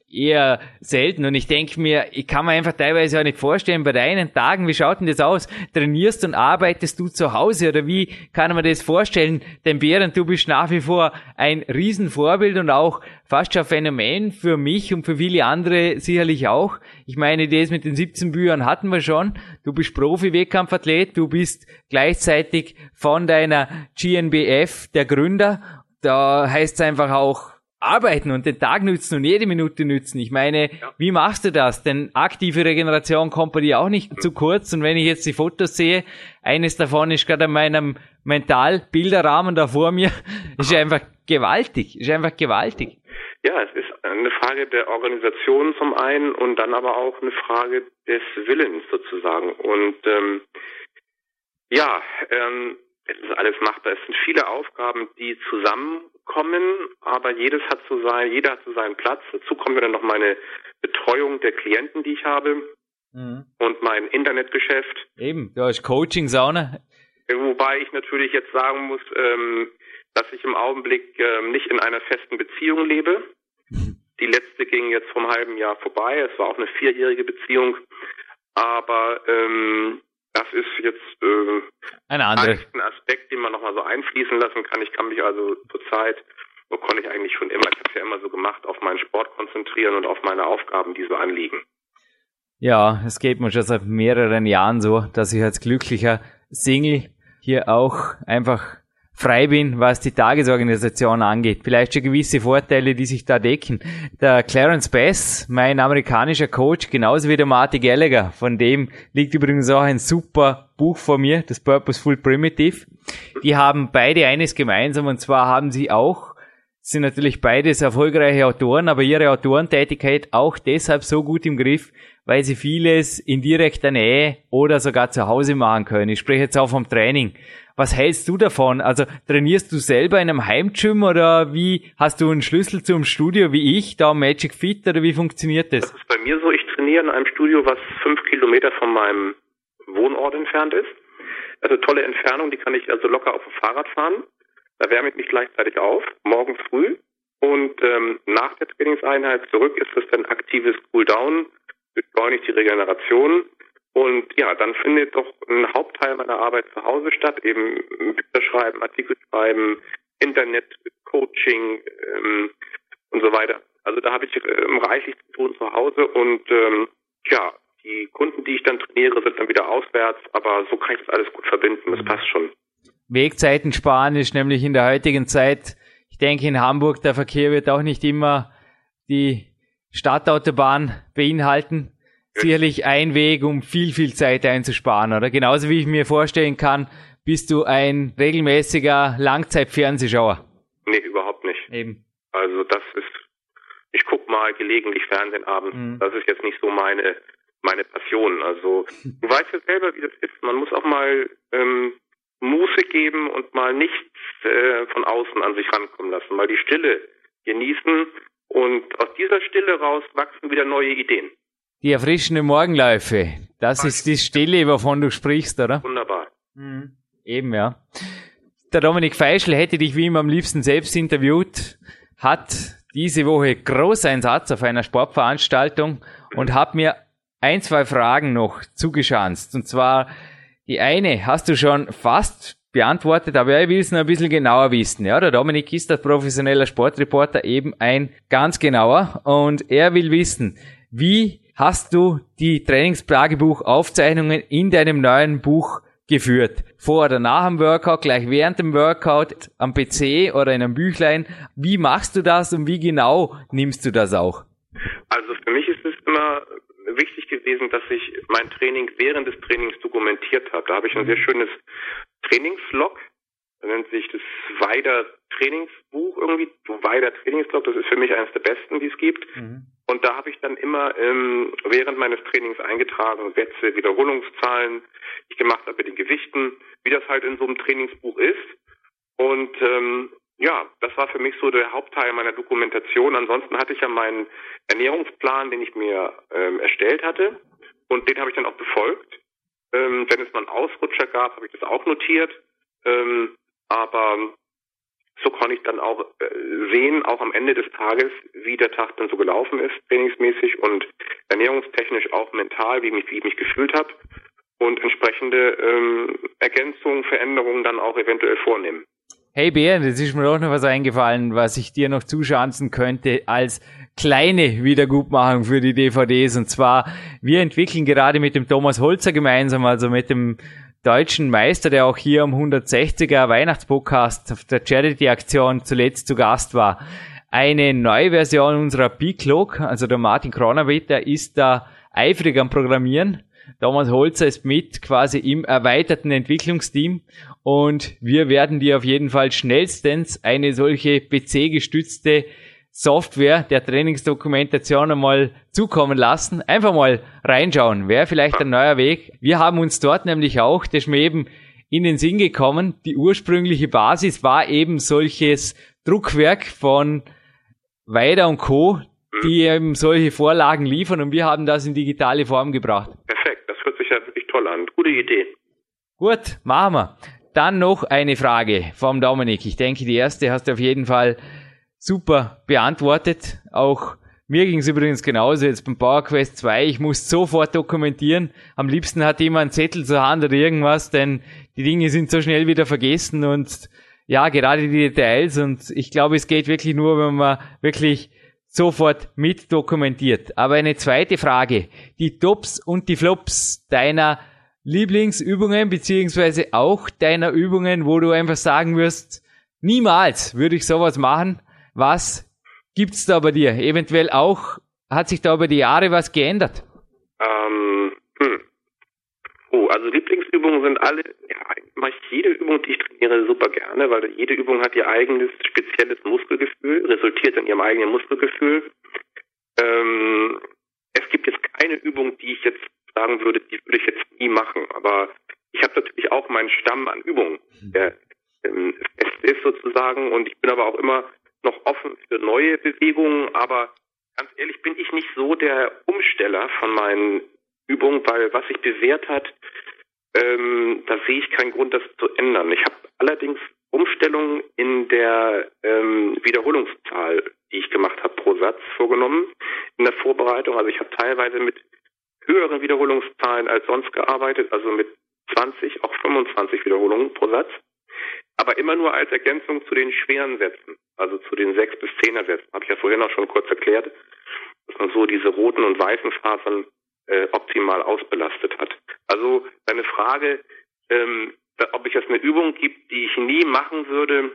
eher selten. Und ich denke mir, ich kann mir einfach teilweise auch nicht vorstellen, bei deinen Tagen, wie schaut denn das aus? Trainierst und arbeitest du zu Hause oder wie kann man das vorstellen? Denn Berend, du bist nach wie vor ein Riesenvorbild und auch fast schon ein Phänomen für mich und für viele andere sicherlich auch. Ich meine, das mit den siebzehn Büchern hatten wir schon. Du bist Profi-Wettkampfathlet, du bist gleichzeitig von deiner G N B F der Gründer. Da heißt es einfach auch arbeiten und den Tag nützen und jede Minute nützen. Ich meine, ja. Wie machst du das? Denn aktive Regeneration kommt bei dir auch nicht zu kurz. Und wenn ich jetzt die Fotos sehe, eines davon ist gerade in meinem Mentalbilderrahmen da vor mir, ist einfach gewaltig, ist einfach gewaltig. Ja, es ist eine Frage der Organisation zum einen und dann aber auch eine Frage des Willens sozusagen. Und ähm, ja, ähm, es ist alles machbar. Es sind viele Aufgaben, die zusammenkommen, aber jedes hat so sein, jeder hat so seinen Platz. Dazu kommt dann noch meine Betreuung der Klienten, die ich habe, mhm. und mein Internetgeschäft. Eben, du hast Coaching, Sauna. Wobei ich natürlich jetzt sagen muss, ähm, dass ich im Augenblick ähm, nicht in einer festen Beziehung lebe. Die letzte ging jetzt vom halben Jahr vorbei. Es war auch eine vierjährige Beziehung, aber ähm, das ist jetzt äh, ein anderer Aspekt, den man nochmal so einfließen lassen kann. Ich kann mich also zurzeit, so konnte ich eigentlich schon immer, ich habe es ja immer so gemacht, auf meinen Sport konzentrieren und auf meine Aufgaben, die so anliegen. Ja, es geht mir schon seit mehreren Jahren so, dass ich als glücklicher Single hier auch einfach frei bin, was die Tagesorganisation angeht. Vielleicht schon gewisse Vorteile, die sich da decken. Der Clarence Bass, mein amerikanischer Coach, genauso wie der Marty Gallagher, von dem liegt übrigens auch ein super Buch vor mir, das Purposeful Primitive. Die haben beide eines gemeinsam, und zwar haben sie auch, sind natürlich beides erfolgreiche Autoren, aber ihre Autorentätigkeit auch deshalb so gut im Griff, weil sie vieles in direkter Nähe oder sogar zu Hause machen können. Ich spreche jetzt auch vom Training. Was hältst du davon? Also trainierst du selber in einem Heimgym oder wie hast du einen Schlüssel zum Studio wie ich, da Magic Fit, oder wie funktioniert das? Das ist bei mir so, ich trainiere in einem Studio, was fünf Kilometer von meinem Wohnort entfernt ist. Also tolle Entfernung, die kann ich also locker auf dem Fahrrad fahren. Da wärme ich mich gleichzeitig auf, morgens früh. Und ähm, nach der Trainingseinheit zurück ist es dann aktives Cooldown, beschleunigt die Regeneration. Und ja, dann findet doch ein Hauptteil meiner Arbeit zu Hause statt, eben Bücher schreiben, Artikel schreiben, Internet, Coaching ähm, und so weiter. Also da habe ich ähm, reichlich zu tun zu Hause und ähm, ja, die Kunden, die ich dann trainiere, sind dann wieder auswärts, aber so kann ich das alles gut verbinden, das passt schon. Wegzeiten sparen ist nämlich in der heutigen Zeit, ich denke in Hamburg, der Verkehr wird auch nicht immer die Stadtautobahn beinhalten. Sicherlich ein Weg, um viel, viel Zeit einzusparen, oder? Genauso wie ich mir vorstellen kann, bist du ein regelmäßiger Langzeitfernsehschauer. Nee, überhaupt nicht. Eben. Also das ist, ich gucke mal gelegentlich Fernsehen abends. Mhm. Das ist jetzt nicht so meine meine Passion. Also du weißt ja selber, wie das ist. Man muss auch mal ähm, Muße geben und mal nichts äh, von außen an sich rankommen lassen. Mal die Stille genießen und aus dieser Stille raus wachsen wieder neue Ideen. Die erfrischende Morgenläufe, das ist die Stille, wovon du sprichst, oder? Wunderbar. Mhm. Eben, ja. Der Dominik Feischl hätte dich wie immer am liebsten selbst interviewt, hat diese Woche Großeinsatz auf einer Sportveranstaltung und hat mir ein, zwei Fragen noch zugeschanzt. Und zwar, die eine hast du schon fast beantwortet, aber er will es noch ein bisschen genauer wissen. Ja, der Dominik ist als professioneller Sportreporter eben ein ganz genauer und er will wissen, wie hast du die Trainingstagebuchaufzeichnungen in deinem neuen Buch geführt? Vor oder nach dem Workout, gleich während dem Workout, am P C oder in einem Büchlein? Wie machst du das und wie genau nimmst du das auch? Also für mich ist es immer wichtig gewesen, dass ich mein Training während des Trainings dokumentiert habe. Da habe ich ein sehr schönes Trainingslog, das nennt sich das Weider Trainingsbuch irgendwie, Weider Trainingslog, das ist für mich eines der besten, die es gibt. Mhm. Und da habe ich dann immer ähm, während meines Trainings eingetragen, Sätze, Wiederholungszahlen, die ich gemacht habe mit den Gewichten, wie das halt in so einem Trainingsbuch ist. Und ähm, ja, das war für mich so der Hauptteil meiner Dokumentation. Ansonsten hatte ich ja meinen Ernährungsplan, den ich mir ähm, erstellt hatte. Und den habe ich dann auch befolgt. Ähm, wenn es mal einen Ausrutscher gab, habe ich das auch notiert. Ähm, aber so konnte ich dann auch äh, sehen, auch am Ende des Tages, wie der Tag dann so gelaufen ist, trainingsmäßig und ernährungstechnisch auch mental, wie ich mich, wie ich mich gefühlt habe und entsprechende ähm, Ergänzungen, Veränderungen dann auch eventuell vornehmen. Hey Bernd, jetzt ist mir auch noch was eingefallen, was ich dir noch zuschanzen könnte als kleine Wiedergutmachung für die D V Ds. Und zwar, wir entwickeln gerade mit dem Thomas Holzer gemeinsam, also mit dem deutschen Meister, der auch hier am hundertsechziger Weihnachtspodcast auf der Charity-Aktion zuletzt zu Gast war, eine neue Version unserer Peak-Log. Also der Martin Kronawitt, der ist da eifrig am Programmieren. Thomas Holzer ist mit quasi im erweiterten Entwicklungsteam und wir werden dir auf jeden Fall schnellstens eine solche P C-gestützte Software der Trainingsdokumentation einmal zukommen lassen. Einfach mal reinschauen, wäre vielleicht ein neuer Weg. Wir haben uns dort nämlich auch, das ist mir eben in den Sinn gekommen, die ursprüngliche Basis war eben solches Druckwerk von Weider und Co., die eben solche Vorlagen liefern und wir haben das in digitale Form gebracht. Perfekt, das hört sich ja wirklich toll an. Gute Idee. Gut, machen wir. Dann noch eine Frage vom Dominik. Ich denke, die erste hast du auf jeden Fall super beantwortet. Auch mir ging es übrigens genauso jetzt beim PowerQuest zwei. Ich muss sofort dokumentieren. Am liebsten hat jemand einen Zettel zur Hand oder irgendwas, denn die Dinge sind so schnell wieder vergessen und ja, gerade die Details und ich glaube, es geht wirklich nur, wenn man wirklich sofort mit dokumentiert. Aber eine zweite Frage. Die Tops und die Flops deiner Lieblingsübungen, beziehungsweise auch deiner Übungen, wo du einfach sagen wirst, niemals würde ich sowas machen. Was gibt's da bei dir? Eventuell auch, hat sich da über die Jahre was geändert? Ähm, hm. Oh, also Lieblingsübungen sind alle, ja, mache ich jede Übung, die ich trainiere, super gerne, weil jede Übung hat ihr eigenes spezielles Muskelgefühl, resultiert in ihrem eigenen Muskelgefühl. Ähm, es gibt jetzt keine Übung, die ich jetzt sagen würde, die würde ich jetzt nie machen, aber ich habe natürlich auch meinen Stamm an Übungen, der ähm, fest ist sozusagen und ich bin aber auch immer noch offen für neue Bewegungen, aber ganz ehrlich bin ich nicht so der Umsteller von meinen Übungen, weil was sich bewährt hat, ähm, da sehe ich keinen Grund, das zu ändern. Ich habe allerdings Umstellungen in der ähm, Wiederholungszahl, die ich gemacht habe pro Satz, vorgenommen in der Vorbereitung. Also ich habe teilweise mit höheren Wiederholungszahlen als sonst gearbeitet, also mit zwanzig, auch fünfundzwanzig Wiederholungen pro Satz, aber immer nur als Ergänzung zu den schweren Sätzen, also zu den sechs bis zehner Sätzen. Habe ich ja vorhin auch schon kurz erklärt, dass man so diese roten und weißen Fasern äh, optimal ausbelastet hat. Also deine Frage, ähm, ob es eine Übung gibt, die ich nie machen würde,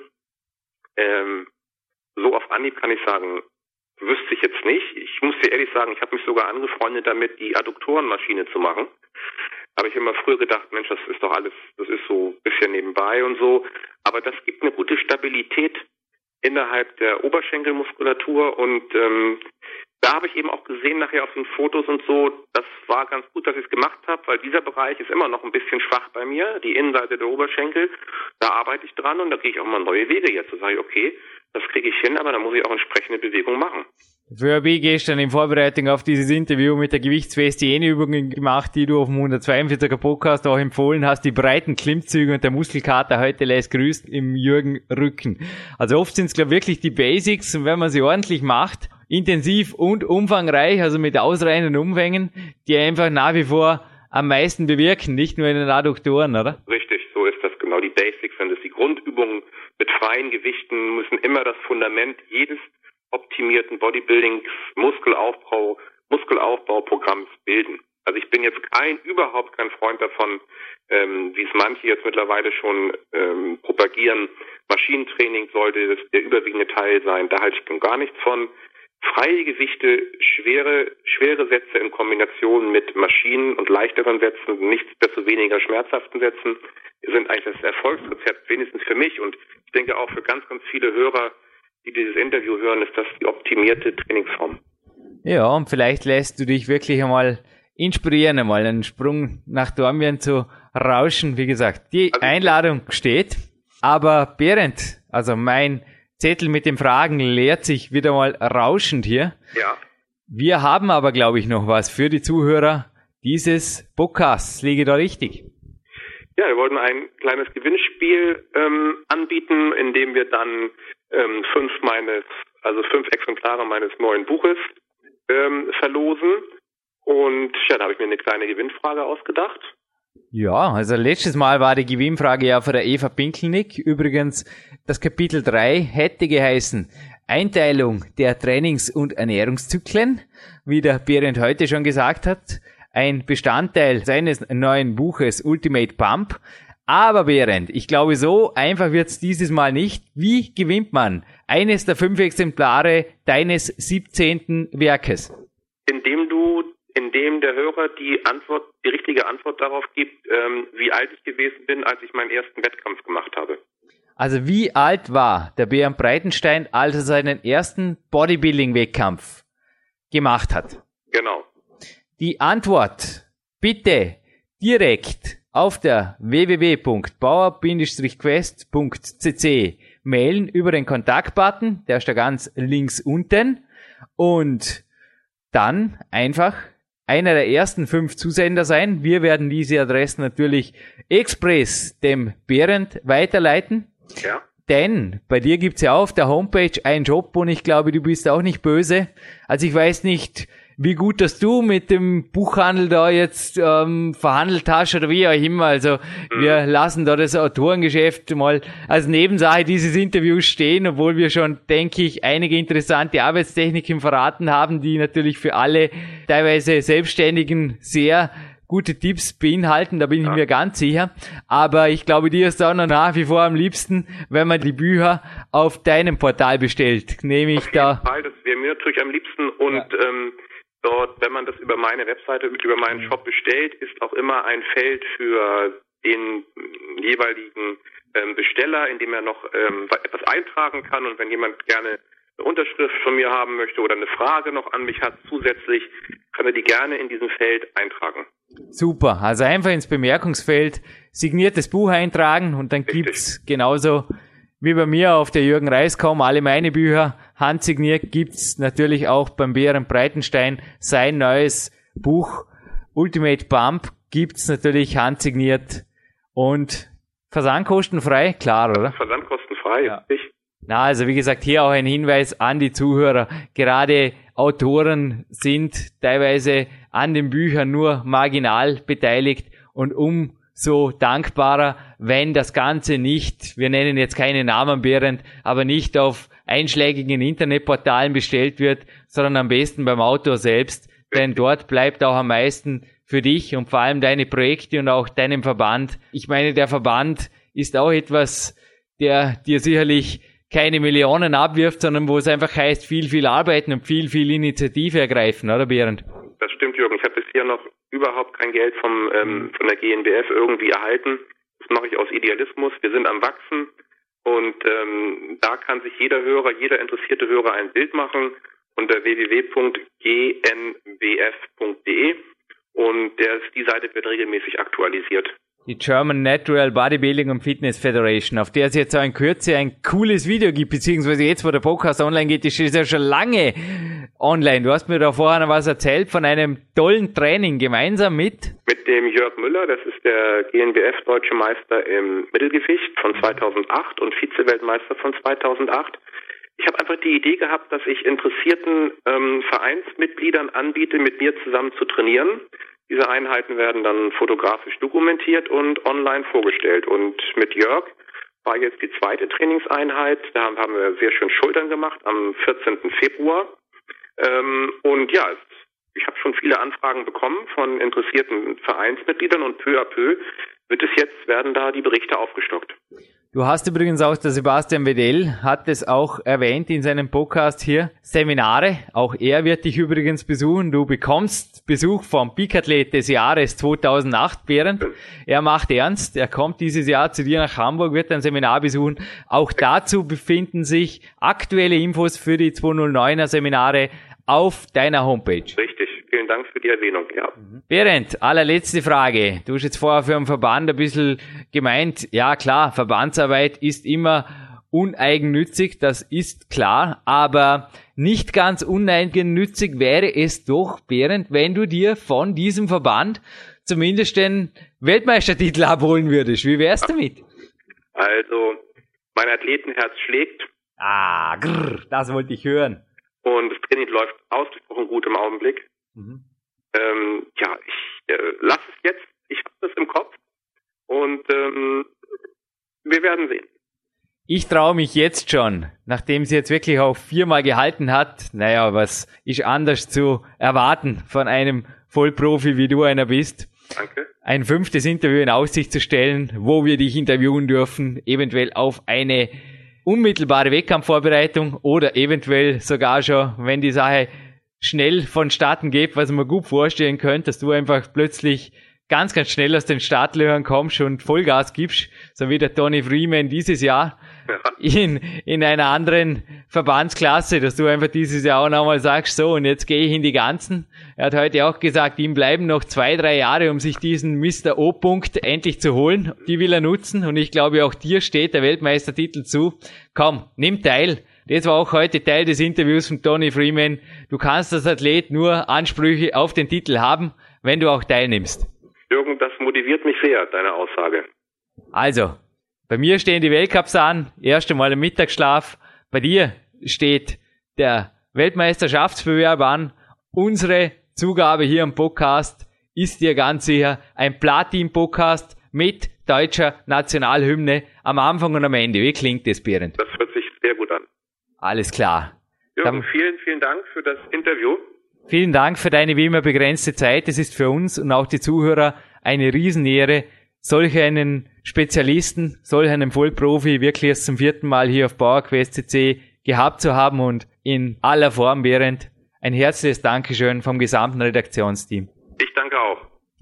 ähm, so auf Anhieb kann ich sagen, wüsste ich jetzt nicht. Ich muss dir ehrlich sagen, ich habe mich sogar angefreundet damit, die Adduktorenmaschine zu machen. Habe ich immer früher gedacht, Mensch, das ist doch alles, das ist so ein bisschen nebenbei und so. Aber das gibt eine gute Stabilität innerhalb der Oberschenkelmuskulatur und ähm, da habe ich eben auch gesehen nachher auf den Fotos und so, das war ganz gut, dass ich es gemacht habe, weil dieser Bereich ist immer noch ein bisschen schwach bei mir, die Innenseite der Oberschenkel, da arbeite ich dran und da gehe ich auch mal neue Wege jetzt. Da sage ich, okay, das kriege ich hin, aber da muss ich auch entsprechende Bewegung machen. Für B gestern in Vorbereitung auf dieses Interview mit der Gewichtsweste jene Übungen gemacht, die du auf dem hundertzweiundvierziger Podcast auch empfohlen hast, die breiten Klimmzüge und der Muskelkater heute lässt grüßt im Jürgen Rücken. Also oft sind es, glaube ich, wirklich die Basics und wenn man sie ordentlich macht, intensiv und umfangreich, also mit ausreichenden Umfängen, die einfach nach wie vor am meisten bewirken, nicht nur in den Adduktoren, oder? Richtig, so ist das genau. Die Basics sind es. Die Grundübungen mit freien Gewichten müssen immer das Fundament jedes optimierten Bodybuildings, Muskelaufbau, Muskelaufbauprogramms bilden. Also ich bin jetzt kein, überhaupt kein Freund davon, ähm, wie es manche jetzt mittlerweile schon ähm, propagieren, Maschinentraining sollte das der überwiegende Teil sein. Da halte ich gar nichts von. Freie Gewichte, schwere, schwere Sätze in Kombination mit Maschinen und leichteren Sätzen, nichtsdestoweniger schmerzhaften Sätzen, sind eigentlich das Erfolgsrezept, wenigstens für mich und ich denke auch für ganz, ganz viele Hörer, die dieses Interview hören, ist das die optimierte Trainingsform. Ja, und vielleicht lässt du dich wirklich einmal inspirieren, einmal einen Sprung nach Dornbirn zu rauschen. Wie gesagt, die also, Einladung steht, aber Berend, also mein Zettel mit den Fragen leert sich wieder mal rauschend hier. Ja. Wir haben aber, glaube ich, noch was für die Zuhörer dieses Podcasts. Liege da richtig? Ja, wir wollten ein kleines Gewinnspiel ähm, anbieten, in dem wir dann ähm, fünf meines, also fünf Exemplare meines neuen Buches ähm, verlosen. Und ja, da habe ich mir eine kleine Gewinnfrage ausgedacht. Ja, also letztes Mal war die Gewinnfrage ja von der Eva Pinkelnick. Übrigens, das Kapitel drei hätte geheißen Einteilung der Trainings- und Ernährungszyklen, wie der Berend heute schon gesagt hat. Ein Bestandteil seines neuen Buches Ultimate Pump. Aber Berend, ich glaube, so einfach wird es dieses Mal nicht. Wie gewinnt man eines der fünf Exemplare deines siebzehnten Werkes? Indem du, indem der Hörer die Antwort, die richtige Antwort darauf gibt, ähm, wie alt ich gewesen bin, als ich meinen ersten Wettkampf gemacht habe. Also wie alt war der Berend Breitenstein, als er seinen ersten Bodybuilding-Wettkampf gemacht hat? Genau. Die Antwort bitte direkt auf der w w w punkt bauer Bindestrich quest punkt c c mailen über den Kontaktbutton, der ist da ganz links unten, und dann einfach einer der ersten fünf Zusender sein. Wir werden diese Adressen natürlich express dem Berend weiterleiten. Ja. Denn bei dir gibt's ja auf der Homepage einen Job und ich glaube, du bist auch nicht böse. Also ich weiß nicht, wie gut, dass du mit dem Buchhandel da jetzt ähm, verhandelt hast oder wie auch immer. Also mhm. wir lassen da das Autorengeschäft mal als Nebensache dieses Interviews stehen, obwohl wir schon, denke ich, einige interessante Arbeitstechniken verraten haben, die natürlich für alle teilweise Selbstständigen sehr gute Tipps beinhalten, da bin ich ja. mir ganz sicher. Aber ich glaube, dir ist auch noch nach wie vor am liebsten, wenn man die Bücher auf deinem Portal bestellt. Nämlich auf jeden da. Fall, das wäre mir natürlich am liebsten. Und ja. ähm, dort, wenn man das über meine Webseite, über meinen Shop bestellt, ist auch immer ein Feld für den jeweiligen ähm, Besteller, in dem er noch ähm, etwas eintragen kann. Und wenn jemand gerne eine Unterschrift von mir haben möchte oder eine Frage noch an mich hat zusätzlich, kann er die gerne in diesem Feld eintragen. Super, also einfach ins Bemerkungsfeld signiertes Buch eintragen und dann Richtig. Gibt's genauso wie bei mir auf der Jürgen Reis kaum alle meine Bücher handsigniert, gibt's natürlich auch beim Berend Breitenstein sein neues Buch Ultimate Pump, gibt's natürlich handsigniert und versandkostenfrei, klar, oder? Versandkostenfrei, ja. Richtig. Na, also wie gesagt, hier auch ein Hinweis an die Zuhörer. Gerade Autoren sind teilweise an den Büchern nur marginal beteiligt und umso dankbarer, wenn das Ganze nicht, wir nennen jetzt keine Namen, Berend, aber nicht auf einschlägigen Internetportalen bestellt wird, sondern am besten beim Autor selbst, denn dort bleibt auch am meisten für dich und vor allem deine Projekte und auch deinem Verband. Ich meine, der Verband ist auch etwas, der dir sicherlich keine Millionen abwirft, sondern wo es einfach heißt, viel, viel arbeiten und viel, viel Initiative ergreifen, oder Berend? Das stimmt, Jürgen. Ich habe bisher noch überhaupt kein Geld vom ähm, von der G N B F irgendwie erhalten. Das mache ich aus Idealismus. Wir sind am Wachsen und ähm, da kann sich jeder Hörer, jeder interessierte Hörer ein Bild machen unter w w w punkt g n b f punkt d e und der, die Seite wird regelmäßig aktualisiert. Die German Natural Bodybuilding and Fitness Federation, auf der es jetzt auch in Kürze ein cooles Video gibt, beziehungsweise jetzt, wo der Podcast online geht, ist es ja schon lange online. Du hast mir da vorher noch was erzählt von einem tollen Training gemeinsam mit? Mit dem Jörg Müller, das ist der G N B F-Deutsche Meister im Mittelgewicht von zweitausendacht und Vize-Weltmeister von zweitausendacht. Ich habe einfach die Idee gehabt, dass ich interessierten ähm, Vereinsmitgliedern anbiete, mit mir zusammen zu trainieren. Diese Einheiten werden dann fotografisch dokumentiert und online vorgestellt. Und mit Jörg war jetzt die zweite Trainingseinheit. Da haben wir sehr schön Schultern gemacht am vierzehnten Februar. Und ja, ich habe schon viele Anfragen bekommen von interessierten Vereinsmitgliedern und peu à peu wird es jetzt, werden da die Berichte aufgestockt. Du hast übrigens auch, der Sebastian Wedell hat es auch erwähnt in seinem Podcast hier, Seminare. Auch er wird dich übrigens besuchen. Du bekommst Besuch vom Peak-Athlet des Jahres zweitausendacht, Berend. Er macht ernst. Er kommt dieses Jahr zu dir nach Hamburg, wird ein Seminar besuchen. Auch dazu befinden sich aktuelle Infos für die zweihundertneuner Seminare auf deiner Homepage. Richtig. Vielen Dank für die Erwähnung, ja. Berend, allerletzte Frage. Du hast jetzt vorher für einen Verband ein bisschen gemeint, ja klar, Verbandsarbeit ist immer uneigennützig, das ist klar, aber nicht ganz uneigennützig wäre es doch, Berend, wenn du dir von diesem Verband zumindest den Weltmeistertitel abholen würdest. Wie wär's damit? Also, mein Athletenherz schlägt. Ah, grrr, das wollte ich hören. Und das Training läuft ausgesprochen gut im Augenblick. Mhm. Ähm, ja, ich äh, lasse es jetzt. Ich habe das im Kopf. Und ähm, wir werden sehen. Ich traue mich jetzt schon, nachdem sie jetzt wirklich auch viermal gehalten hat. Naja, was ist anders zu erwarten von einem Vollprofi, wie du einer bist? Danke. Ein fünftes Interview in Aussicht zu stellen, wo wir dich interviewen dürfen, eventuell auf eine unmittelbare Wettkampfvorbereitung oder eventuell sogar schon, wenn die Sache schnell vonstatten geht, was man gut vorstellen könnte, dass du einfach plötzlich ganz, ganz schnell aus den Startlöchern kommst und Vollgas gibst, so wie der Tony Freeman dieses Jahr ja. in, in einer anderen Verbandsklasse, dass du einfach dieses Jahr auch nochmal sagst, so, und jetzt gehe ich in die Ganzen. Er hat heute auch gesagt, ihm bleiben noch zwei, drei Jahre, um sich diesen Mister O-Punkt endlich zu holen. Die will er nutzen und ich glaube, auch dir steht der Weltmeistertitel zu. Komm, nimm teil. Das war auch heute Teil des Interviews von Tony Freeman. Du kannst als Athlet nur Ansprüche auf den Titel haben, wenn du auch teilnimmst. Jürgen, das motiviert mich sehr, deine Aussage. Also, bei mir stehen die Weltcups an, erst einmal im Mittagsschlaf. Bei dir steht der Weltmeisterschaftsbewerb an. Unsere Zugabe hier im Podcast ist dir ganz sicher ein Platin-Podcast mit deutscher Nationalhymne am Anfang und am Ende. Wie klingt das, Berend? Das hört sich sehr gut an. Alles klar. Jürgen, Dann, vielen, vielen Dank für das Interview. Vielen Dank für deine wie immer begrenzte Zeit. Es ist für uns und auch die Zuhörer eine Riesenehre, solch einen Spezialisten, solch einen Vollprofi wirklich erst zum vierten Mal hier auf PowerQuest C C gehabt zu haben und in aller Form, Berend, ein herzliches Dankeschön vom gesamten Redaktionsteam. Ich danke auch.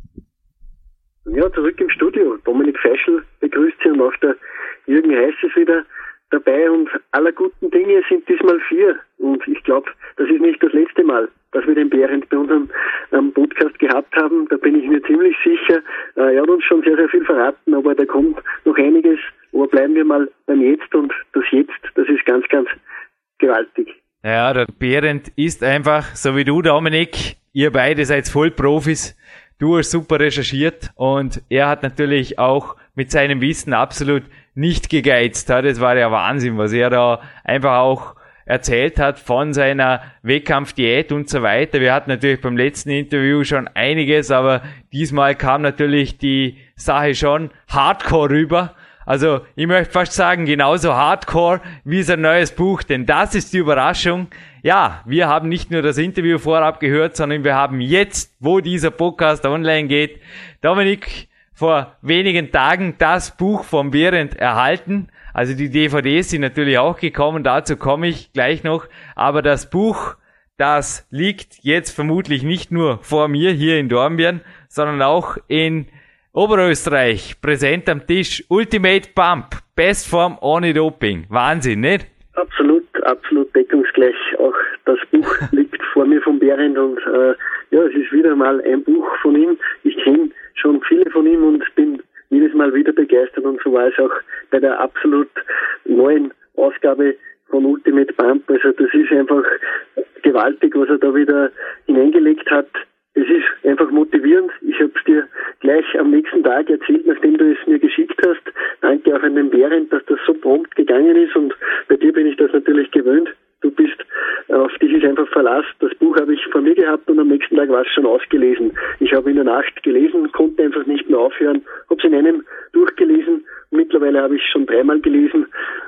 Ja, zurück im Studio. Dominik Feischl begrüßt Sie und auch der Jürgen Heiß ist wieder dabei und aller guten Dinge sind diesmal vier. Und ich glaube, das ist nicht das letzte Mal, dass wir den Berend bei unserem ähm, Podcast gehabt haben. Da bin ich mir ziemlich sicher. Äh, er hat uns schon sehr, sehr viel verraten, aber da kommt noch einiges. Aber bleiben wir mal beim Jetzt und das Jetzt, das ist ganz, ganz gewaltig. Ja, der Berend ist einfach, so wie du, Dominik, ihr beide seid Vollprofis. Du hast super recherchiert und er hat natürlich auch mit seinem Wissen absolut nicht gegeizt. Das war ja Wahnsinn, was er da einfach auch erzählt hat von seiner Wettkampfdiät und so weiter. Wir hatten natürlich beim letzten Interview schon einiges, aber diesmal kam natürlich die Sache schon hardcore rüber. Also ich möchte fast sagen, genauso hardcore wie sein neues Buch, denn das ist die Überraschung. Ja, wir haben nicht nur das Interview vorab gehört, sondern wir haben jetzt, wo dieser Podcast online geht, Dominik, vor wenigen Tagen das Buch vom Berend erhalten. Also die D V Ds sind natürlich auch gekommen, dazu komme ich gleich noch. Aber das Buch, das liegt jetzt vermutlich nicht nur vor mir hier in Dornbirn, sondern auch in Oberösterreich, präsent am Tisch. Ultimate Pump, Bestform ohne Doping. Wahnsinn, nicht? Absolut, absolut deckungsgleich. Auch das Buch liegt vor mir vom Berend und äh, ja, es ist wieder mal ein Buch von ihm. Ich kenne schon viele von ihm und bin jedes Mal wieder begeistert und so war es auch bei der absolut neuen Ausgabe von Ultimate Pump. Also das ist einfach gewaltig, was er da wieder hineingelegt hat. Es ist einfach motivierend. Ich habe es dir gleich am nächsten Tag erzählt, nachdem du es mir geschickt hast. Danke auch an den Berend, dass das so prompt gegangen ist und bei dir bin ich das natürlich gewöhnt. Du bist auf dich ist einfach Verlass. Das Buch habe ich vor mir gehabt und am nächsten Tag war es schon ausgelesen. Ich habe in der Nacht gelesen, konnte einfach nicht mehr aufhören, habe es in einem durchgelesen. Mittlerweile habe ich es schon dreimal gelesen.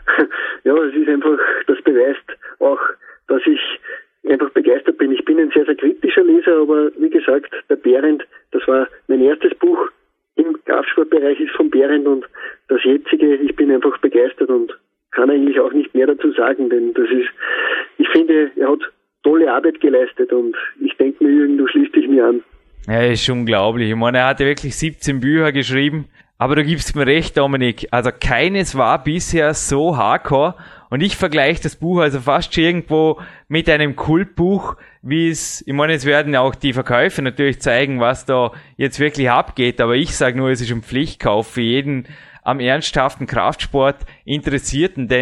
Ja, es ist einfach, das beweist auch, dass ich einfach begeistert bin. Ich bin ein sehr, sehr kritischer Leser, aber wie gesagt, der Berend, das war mein erstes Buch im Kraftsportbereich, ist von Berend und das jetzige, ich bin einfach begeistert und kann eigentlich auch nicht mehr dazu sagen, denn das ist, ich finde, er hat tolle Arbeit geleistet und ich denke mir, Jürgen, du schließt dich mir an. Ja, ist unglaublich. Ich meine, er hatte wirklich siebzehn Bücher geschrieben, aber du gibst mir recht, Dominik, also keines war bisher so hardcore und ich vergleiche das Buch also fast schon irgendwo mit einem Kultbuch, wie es, ich meine, es werden auch die Verkäufe natürlich zeigen, was da jetzt wirklich abgeht, aber ich sage nur, es ist ein Pflichtkauf für jeden am ernsthaften Kraftsport Interessierten, denn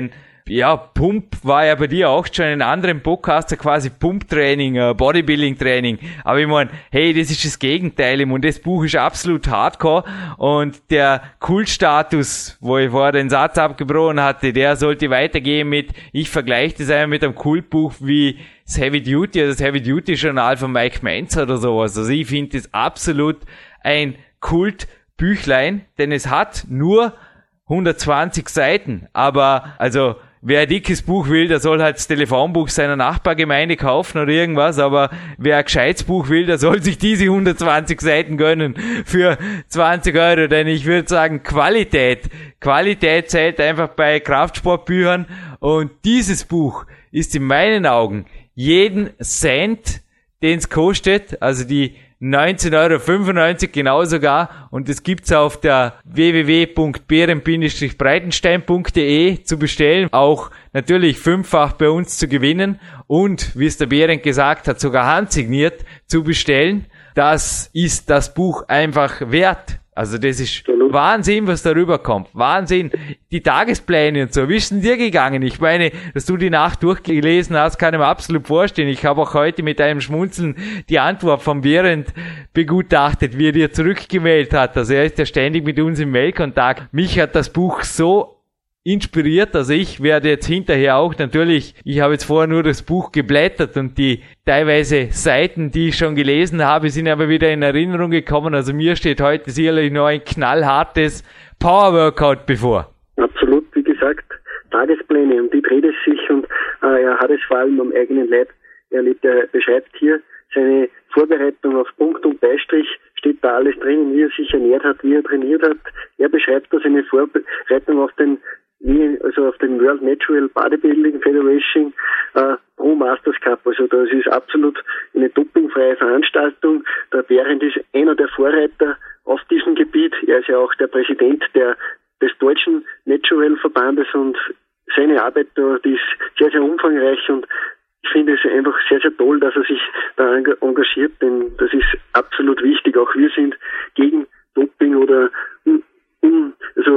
ja, Pump war ja bei dir auch schon in anderen Podcasts quasi Pumptraining, äh, Bodybuilding-Training. Aber ich meine, hey, das ist das Gegenteil und das Buch ist absolut hardcore und der Kultstatus, wo ich vorher den Satz abgebrochen hatte, der sollte weitergehen mit, ich vergleiche das einmal mit einem Kultbuch wie das Heavy Duty, also das Heavy Duty Journal von Mike Menzer oder sowas. Also ich finde das absolut ein Kultbüchlein, denn es hat nur hundertzwanzig Seiten, aber also wer ein dickes Buch will, der soll halt das Telefonbuch seiner Nachbargemeinde kaufen oder irgendwas, aber wer ein gescheites Buch will, der soll sich diese hundertzwanzig Seiten gönnen für zwanzig Euro, denn ich würde sagen, Qualität, Qualität zählt einfach bei Kraftsportbüchern und dieses Buch ist in meinen Augen jeden Cent, den es kostet, also die neunzehn Euro fünfundneunzig genau sogar und das gibt's auf der w w w punkt behren breitenstein punkt d e zu bestellen, auch natürlich fünffach bei uns zu gewinnen und, wie es der Behrend gesagt hat, sogar handsigniert zu bestellen. Das ist das Buch einfach wert. Also das ist Wahnsinn, was darüber kommt. Wahnsinn. Die Tagespläne und so. Wie ist denn dir gegangen? Ich meine, dass du die Nacht durchgelesen hast, kann ich mir absolut vorstellen. Ich habe auch heute mit einem Schmunzeln die Antwort von Behrend begutachtet, wie er dir zurückgemeldet hat. Also er ist ja ständig mit uns im Mailkontakt. Mich hat das Buch so inspiriert, also ich werde jetzt hinterher auch natürlich, ich habe jetzt vorher nur das Buch geblättert und die teilweise Seiten, die ich schon gelesen habe, sind aber wieder in Erinnerung gekommen, also mir steht heute sicherlich noch ein knallhartes Power-Workout bevor. Absolut, wie gesagt, Tagespläne, um die dreht es sich und äh, er hat es vor allem am eigenen Leib erlebt. Er beschreibt hier seine Vorbereitung auf Punkt und Beistrich, steht da alles drin, wie er sich ernährt hat, wie er trainiert hat. Er beschreibt da seine Vorbereitung auf den wie, also auf den World Natural Bodybuilding Federation äh, Pro Masters Cup. Also das ist absolut eine dopingfreie Veranstaltung. Der Behrend ist einer der Vorreiter auf diesem Gebiet. Er ist ja auch der Präsident der, des deutschen Natural Verbandes und seine Arbeit da, die ist sehr, sehr umfangreich und ich finde es einfach sehr, sehr toll, dass er sich da engagiert, denn das ist absolut wichtig. Auch wir sind gegen Doping oder um, also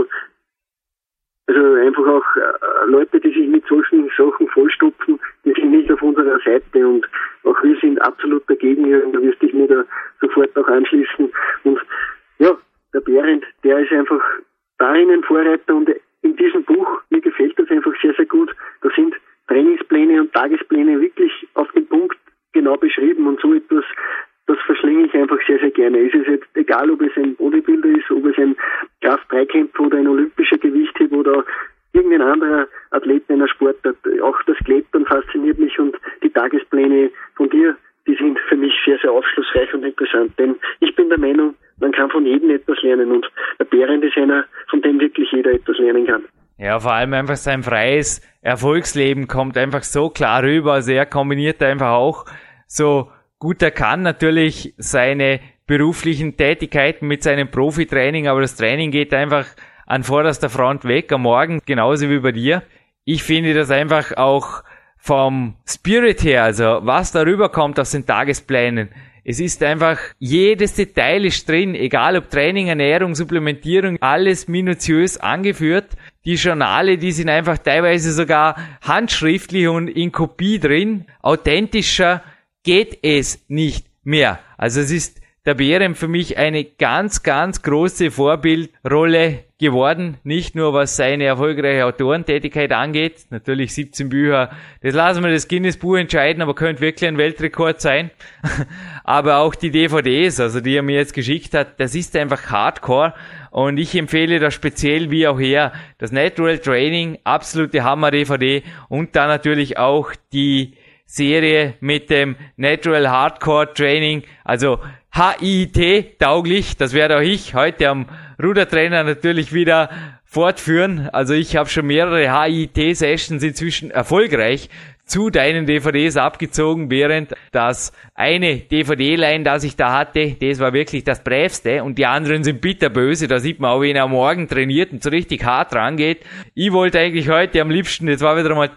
Also einfach auch äh, Leute, die sich mit solchen Sachen vollstopfen, die sind nicht auf unserer Seite und auch wir sind absolut dagegen. Da wirst dich mir da sofort auch anschließen. Und ja, der Behrend, der ist einfach darin ein Vorreiter und in diesem Buch, mir gefällt das einfach sehr, sehr gut. Da sind Trainingspläne und Tagespläne wirklich auf den Punkt genau beschrieben und so etwas, das verschlinge ich einfach sehr, sehr gerne. Es ist jetzt egal, ob es ein Bodybuilder ist, ob es ein Kraft-Dreikämpfer oder ein olympischer Gewichtheber oder irgendein anderer Athlet in einer Sportart. Auch das Klettern fasziniert mich und die Tagespläne von dir, die sind für mich sehr, sehr aufschlussreich und interessant. Denn ich bin der Meinung, man kann von jedem etwas lernen und der Behrend ist einer, von dem wirklich jeder etwas lernen kann. Ja, vor allem einfach sein freies Erfolgsleben kommt einfach so klar rüber. Also er kombiniert einfach auch so gut, er kann natürlich seine beruflichen Tätigkeiten mit seinem Profitraining, aber das Training geht einfach an vorderster Front weg am Morgen, genauso wie bei dir. Ich finde das einfach auch vom Spirit her, also was darüber kommt aus den Tagesplänen. Es ist einfach, jedes Detail ist drin, egal ob Training, Ernährung, Supplementierung, alles minutiös angeführt. Die Journale, die sind einfach teilweise sogar handschriftlich und in Kopie drin. Authentischer geht es nicht mehr. Also es ist der Behrend für mich eine ganz, ganz große Vorbildrolle geworden. Nicht nur was seine erfolgreiche Autorentätigkeit angeht. Natürlich siebzehn Bücher. Das lassen wir das Guinness-Buch entscheiden, aber könnte wirklich ein Weltrekord sein. Aber auch die D V Ds, also die er mir jetzt geschickt hat, das ist einfach Hardcore. Und ich empfehle da speziell wie auch her das Natural Training, absolute Hammer-D V D und dann natürlich auch die Serie mit dem Natural Hardcore Training, also H I I T tauglich, das werde auch ich heute am Rudertrainer natürlich wieder fortführen. Also ich habe schon mehrere H I I T Sessions inzwischen erfolgreich zu deinen D V Ds abgezogen, während das eine D V D-Line, das ich da hatte, das war wirklich das Brävste und die anderen sind bitterböse. Da sieht man auch, wie er am Morgen trainiert und so richtig hart rangeht. Ich wollte eigentlich heute am liebsten, jetzt war wieder mal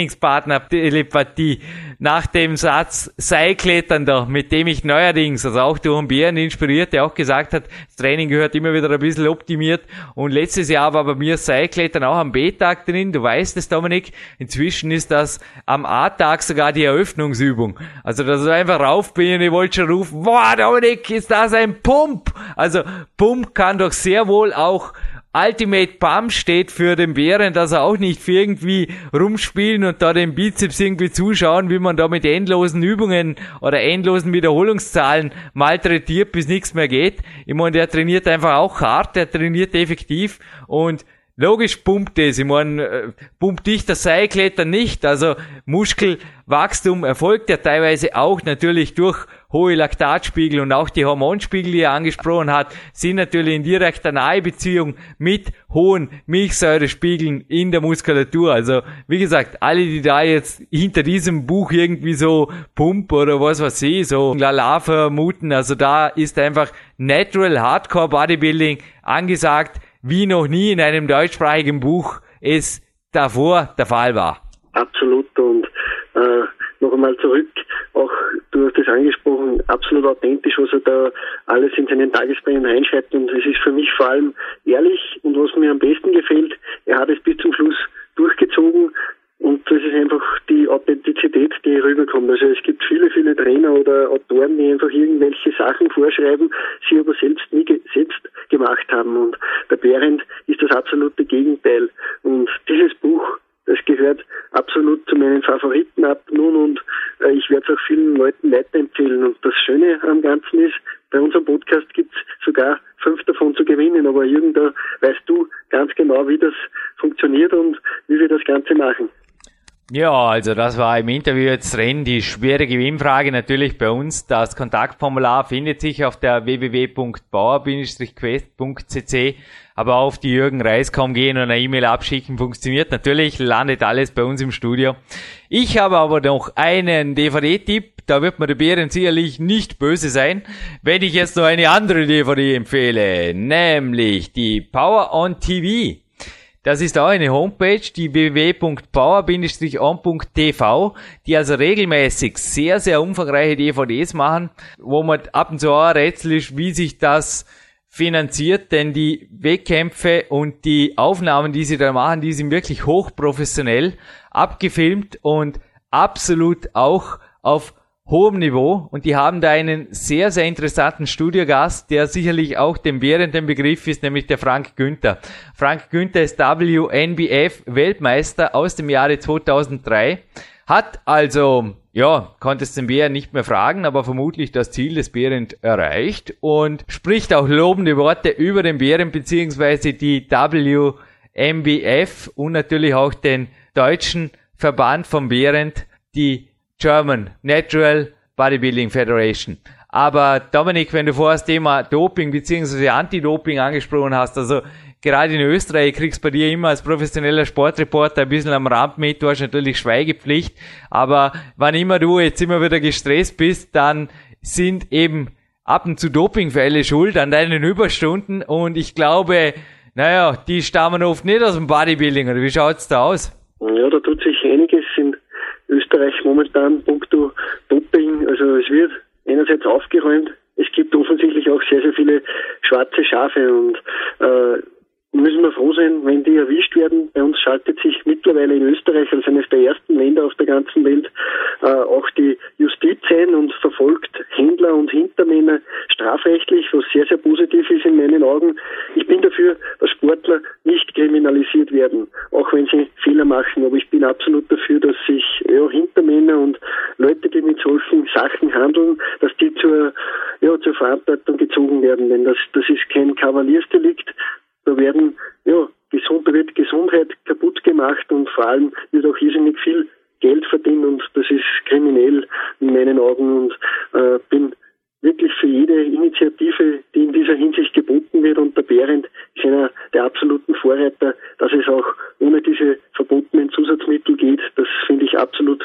Trainingspartner-Telepathie, nach dem Satz Seilklettern da, mit dem ich neuerdings, also auch durch einen Bären inspiriert, der auch gesagt hat, das Training gehört immer wieder ein bisschen optimiert und letztes Jahr war bei mir Seilklettern auch am B-Tag drin, du weißt es, Dominik, inzwischen ist das am A-Tag sogar die Eröffnungsübung. Also, dass ich einfach rauf bin und ich wollte schon rufen, boah, Dominik, ist das ein Pump? Also, Pump kann doch sehr wohl auch Ultimate Pump steht für den Bären, dass er auch nicht für irgendwie rumspielen und da den Bizeps irgendwie zuschauen, wie man da mit endlosen Übungen oder endlosen Wiederholungszahlen malträtiert, bis nichts mehr geht. Ich meine, der trainiert einfach auch hart, der trainiert effektiv und logisch pumpt es. Ich meine, pumpt dich das Seilklettern nicht. Also Muskelwachstum erfolgt ja teilweise auch natürlich durch hohe Laktatspiegel und auch die Hormonspiegel, die er angesprochen hat, sind natürlich in direkter Nahebeziehung mit hohen Milchsäurespiegeln in der Muskulatur. Also wie gesagt, alle, die da jetzt hinter diesem Buch irgendwie so Pump oder was weiß ich, so Lala vermuten, also da ist einfach Natural Hardcore Bodybuilding angesagt, wie noch nie in einem deutschsprachigen Buch es davor der Fall war. Absolut und äh, noch einmal zurück, auch du hast es angesprochen, absolut authentisch, was er da alles in seinen Tagesplänen reinschreibt und es ist für mich vor allem ehrlich und was mir am besten gefällt, er hat es bis zum Schluss durchgezogen und das ist einfach die Authentizität, die rüberkommt. Also es gibt viele, viele Trainer oder Autoren, die einfach irgendwelche Sachen vorschreiben, sie aber selbst nie ge- selbst gemacht haben und der Behrendt ist das absolute Gegenteil und dieses Buch, das gehört absolut zu meinen Favoriten ab nun und äh, ich werde es auch vielen Leuten weiterempfehlen. Und das Schöne am Ganzen ist, bei unserem Podcast gibt es sogar fünf davon zu gewinnen. Aber Jürgen, da weißt du ganz genau, wie das funktioniert und wie wir das Ganze machen. Ja, also das war im Interview jetzt drin, die schwere Gewinnfrage natürlich bei uns. Das Kontaktformular findet sich auf der w w w punkt bauer Bindestrich quest punkt c c, aber auf die Jürgen Reis kaum gehen und eine E-Mail abschicken, funktioniert natürlich, landet alles bei uns im Studio. Ich habe aber noch einen D V D-Tipp, da wird mir der Behrendt sicherlich nicht böse sein, wenn ich jetzt noch eine andere D V D empfehle, nämlich die Power on T V. Das ist auch eine Homepage, die w w w punkt power Bindestrich on punkt t v, die also regelmäßig sehr, sehr umfangreiche D V Ds machen, wo man ab und zu auch rätsel ist, wie sich das finanziert, denn die Wettkämpfe und die Aufnahmen, die sie da machen, die sind wirklich hochprofessionell abgefilmt und absolut auch auf hohem Niveau und die haben da einen sehr, sehr interessanten Studiogast, der sicherlich auch dem Behrendt ein Begriff ist, nämlich der Frank Günther. Frank Günther ist W N B F Weltmeister aus dem Jahre zweitausenddrei, hat also, ja, konnte es den Behrendt nicht mehr fragen, aber vermutlich das Ziel des Behrendt erreicht und spricht auch lobende Worte über den Behrendt beziehungsweise die W N B F und natürlich auch den deutschen Verband vom Behrendt, die German Natural Bodybuilding Federation. Aber Dominik, wenn du vorher das Thema Doping bzw. Anti-Doping angesprochen hast, also gerade in Österreich kriegst du bei dir immer als professioneller Sportreporter ein bisschen am Rand mit, du hast natürlich Schweigepflicht, aber wann immer du jetzt immer wieder gestresst bist, dann sind eben ab und zu Dopingfälle schuld an deinen Überstunden und ich glaube, naja, die stammen oft nicht aus dem Bodybuilding, oder wie schaut's da aus? Ja, da tut sich einiges in Österreich momentan punkto Doping, also es wird einerseits aufgeräumt, es gibt offensichtlich auch sehr, sehr viele schwarze Schafe und äh, müssen wir froh sein, wenn die erwischt werden. Bei uns schaltet sich mittlerweile in Österreich als eines der ersten Länder auf der ganzen Welt äh, auch die Justiz ein und verfolgt Händler und Hintermänner strafrechtlich, was sehr, sehr positiv ist in meinen Augen. Ich bin dafür, dass Sportler nicht kriminalisiert werden, auch wenn sie Fehler machen. Aber ich bin absolut dafür, dass sich ja, Hintermänner und Leute, die mit solchen Sachen handeln, dass die zur, ja, zur Verantwortung gezogen werden. Denn das, das ist kein Kavaliersdelikt. Da werden, ja, gesund, da wird Gesundheit kaputt gemacht und vor allem wird auch irrsinnig viel Geld verdient und das ist kriminell in meinen Augen und äh, bin wirklich für jede Initiative, die in dieser Hinsicht geboten wird und der Behrendt ist einer der absoluten Vorreiter, dass es auch ohne diese verbotenen Zusatzmittel geht. Das finde ich absolut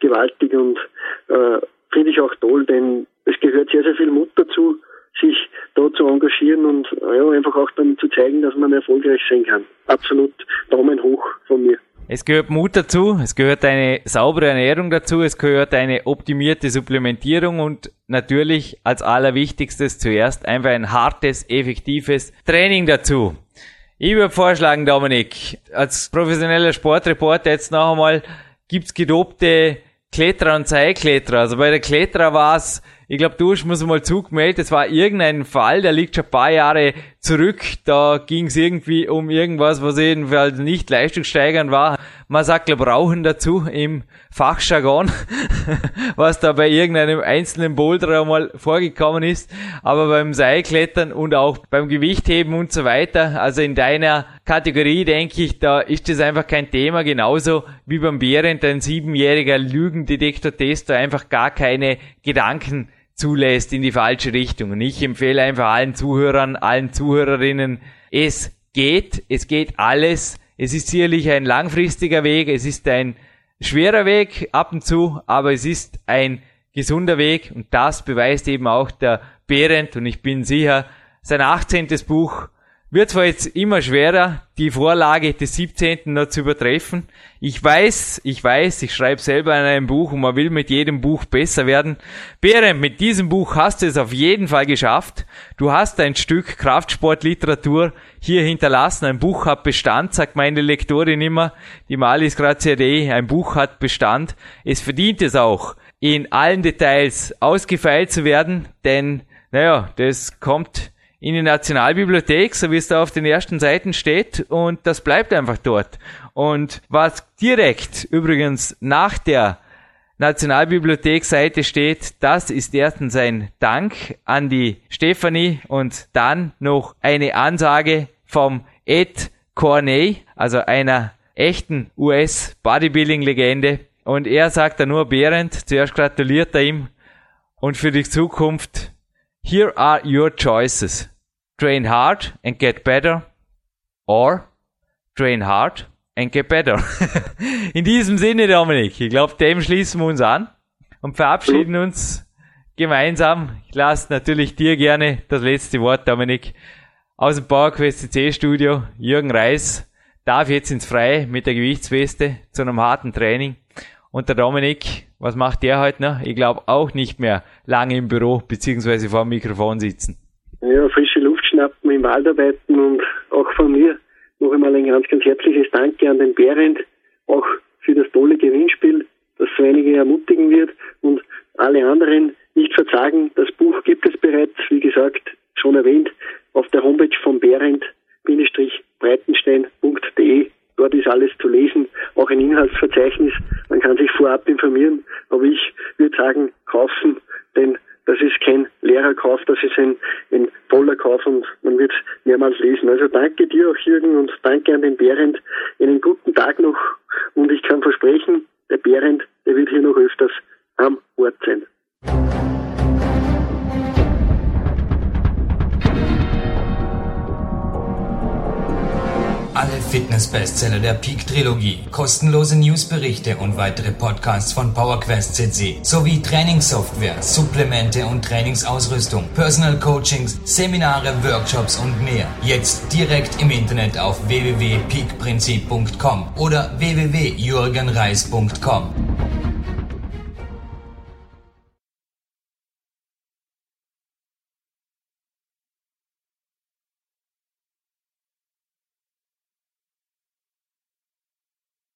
gewaltig und äh, finde ich auch toll, denn es gehört sehr, sehr viel Mut dazu, sich da zu engagieren und ja, einfach auch dann zu zeigen, dass man erfolgreich sein kann. Absolut Daumen hoch von mir. Es gehört Mut dazu, es gehört eine saubere Ernährung dazu, es gehört eine optimierte Supplementierung und natürlich als allerwichtigstes zuerst einfach ein hartes, effektives Training dazu. Ich würde vorschlagen, Dominik, als professioneller Sportreporter jetzt noch einmal, gibt's gedopte Kletterer und Seilkletterer. Also bei der Kletterer war es, ich glaube, du hast mir so mal zugemeldet, es war irgendein Fall, der liegt schon ein paar Jahre zurück, da ging es irgendwie um irgendwas, was jedenfalls nicht leistungssteigernd war. Man sagt, glaube ich, Rauchen dazu im Fachjargon, was da bei irgendeinem einzelnen Boulderer mal vorgekommen ist. Aber beim Seilklettern und auch beim Gewichtheben und so weiter, also in deiner Kategorie, denke ich, da ist das einfach kein Thema, genauso wie beim Behrendt, ein siebenjähriger Lügendetektor-Test, da einfach gar keine Gedanken zulässt in die falsche Richtung. Und ich empfehle einfach allen Zuhörern, allen Zuhörerinnen, es geht, es geht alles. Es ist sicherlich ein langfristiger Weg, es ist ein schwerer Weg ab und zu, aber es ist ein gesunder Weg und das beweist eben auch der Behrendt und ich bin sicher, sein achtzehntes Buch wird zwar jetzt immer schwerer, die Vorlage des siebzehnten noch zu übertreffen. Ich weiß, ich weiß, ich schreibe selber an einem Buch und man will mit jedem Buch besser werden. Behrendt, mit diesem Buch hast du es auf jeden Fall geschafft. Du hast ein Stück Kraftsportliteratur hier hinterlassen. Ein Buch hat Bestand, sagt meine Lektorin immer, die Malis Graziadei. Ein Buch hat Bestand. Es verdient es auch, in allen Details ausgefeilt zu werden, denn, naja, das kommt in die Nationalbibliothek, so wie es da auf den ersten Seiten steht, und das bleibt einfach dort. Und was direkt übrigens nach der Nationalbibliothek-Seite steht, das ist erstens ein Dank an die Stefanie und dann noch eine Ansage vom Ed Corney, also einer echten U S-Bodybuilding-Legende. Und er sagt da nur, Behrendt, zuerst gratuliert er ihm und für die Zukunft: Here are your choices. Train hard and get better or train hard and get better. In diesem Sinne, Dominik, ich glaube, dem schließen wir uns an und verabschieden uns gemeinsam. Ich lasse natürlich dir gerne das letzte Wort, Dominik. Aus dem PowerQuest C C Studio, Jürgen Reis darf jetzt ins Freie mit der Gewichtsweste zu einem harten Training. Und der Dominik, was macht der heute noch? Ich glaube auch nicht mehr lange im Büro beziehungsweise vor dem Mikrofon sitzen. Ja, frische Luft schnappen, im Wald arbeiten und auch von mir noch einmal ein ganz, ganz herzliches Danke an den Behrendt, auch für das tolle Gewinnspiel, das so einige ermutigen wird und alle anderen nicht verzagen. Das Buch gibt es bereits, wie gesagt, schon erwähnt, auf der Homepage von Behrendt Breitenstein punkt de. Dort ist alles zu lesen, auch ein Inhaltsverzeichnis. Man kann sich vorab informieren, aber ich würde sagen, kaufen, denn das ist kein leerer Kauf, das ist ein, ein toller Kauf und man wird es mehrmals lesen. Also danke dir auch, Jürgen, und danke an den Behrendt. Einen guten Tag noch und ich kann versprechen, der Behrendt, der wird hier noch öfters am Ort sein. Alle Fitness-Bestseller der Peak-Trilogie, kostenlose Newsberichte und weitere Podcasts von PowerQuest C C sowie Trainingssoftware, Supplemente und Trainingsausrüstung, Personal Coachings, Seminare, Workshops und mehr. Jetzt direkt im Internet auf w w w punkt peak prinzip punkt com oder w w w punkt jürgen reis punkt com.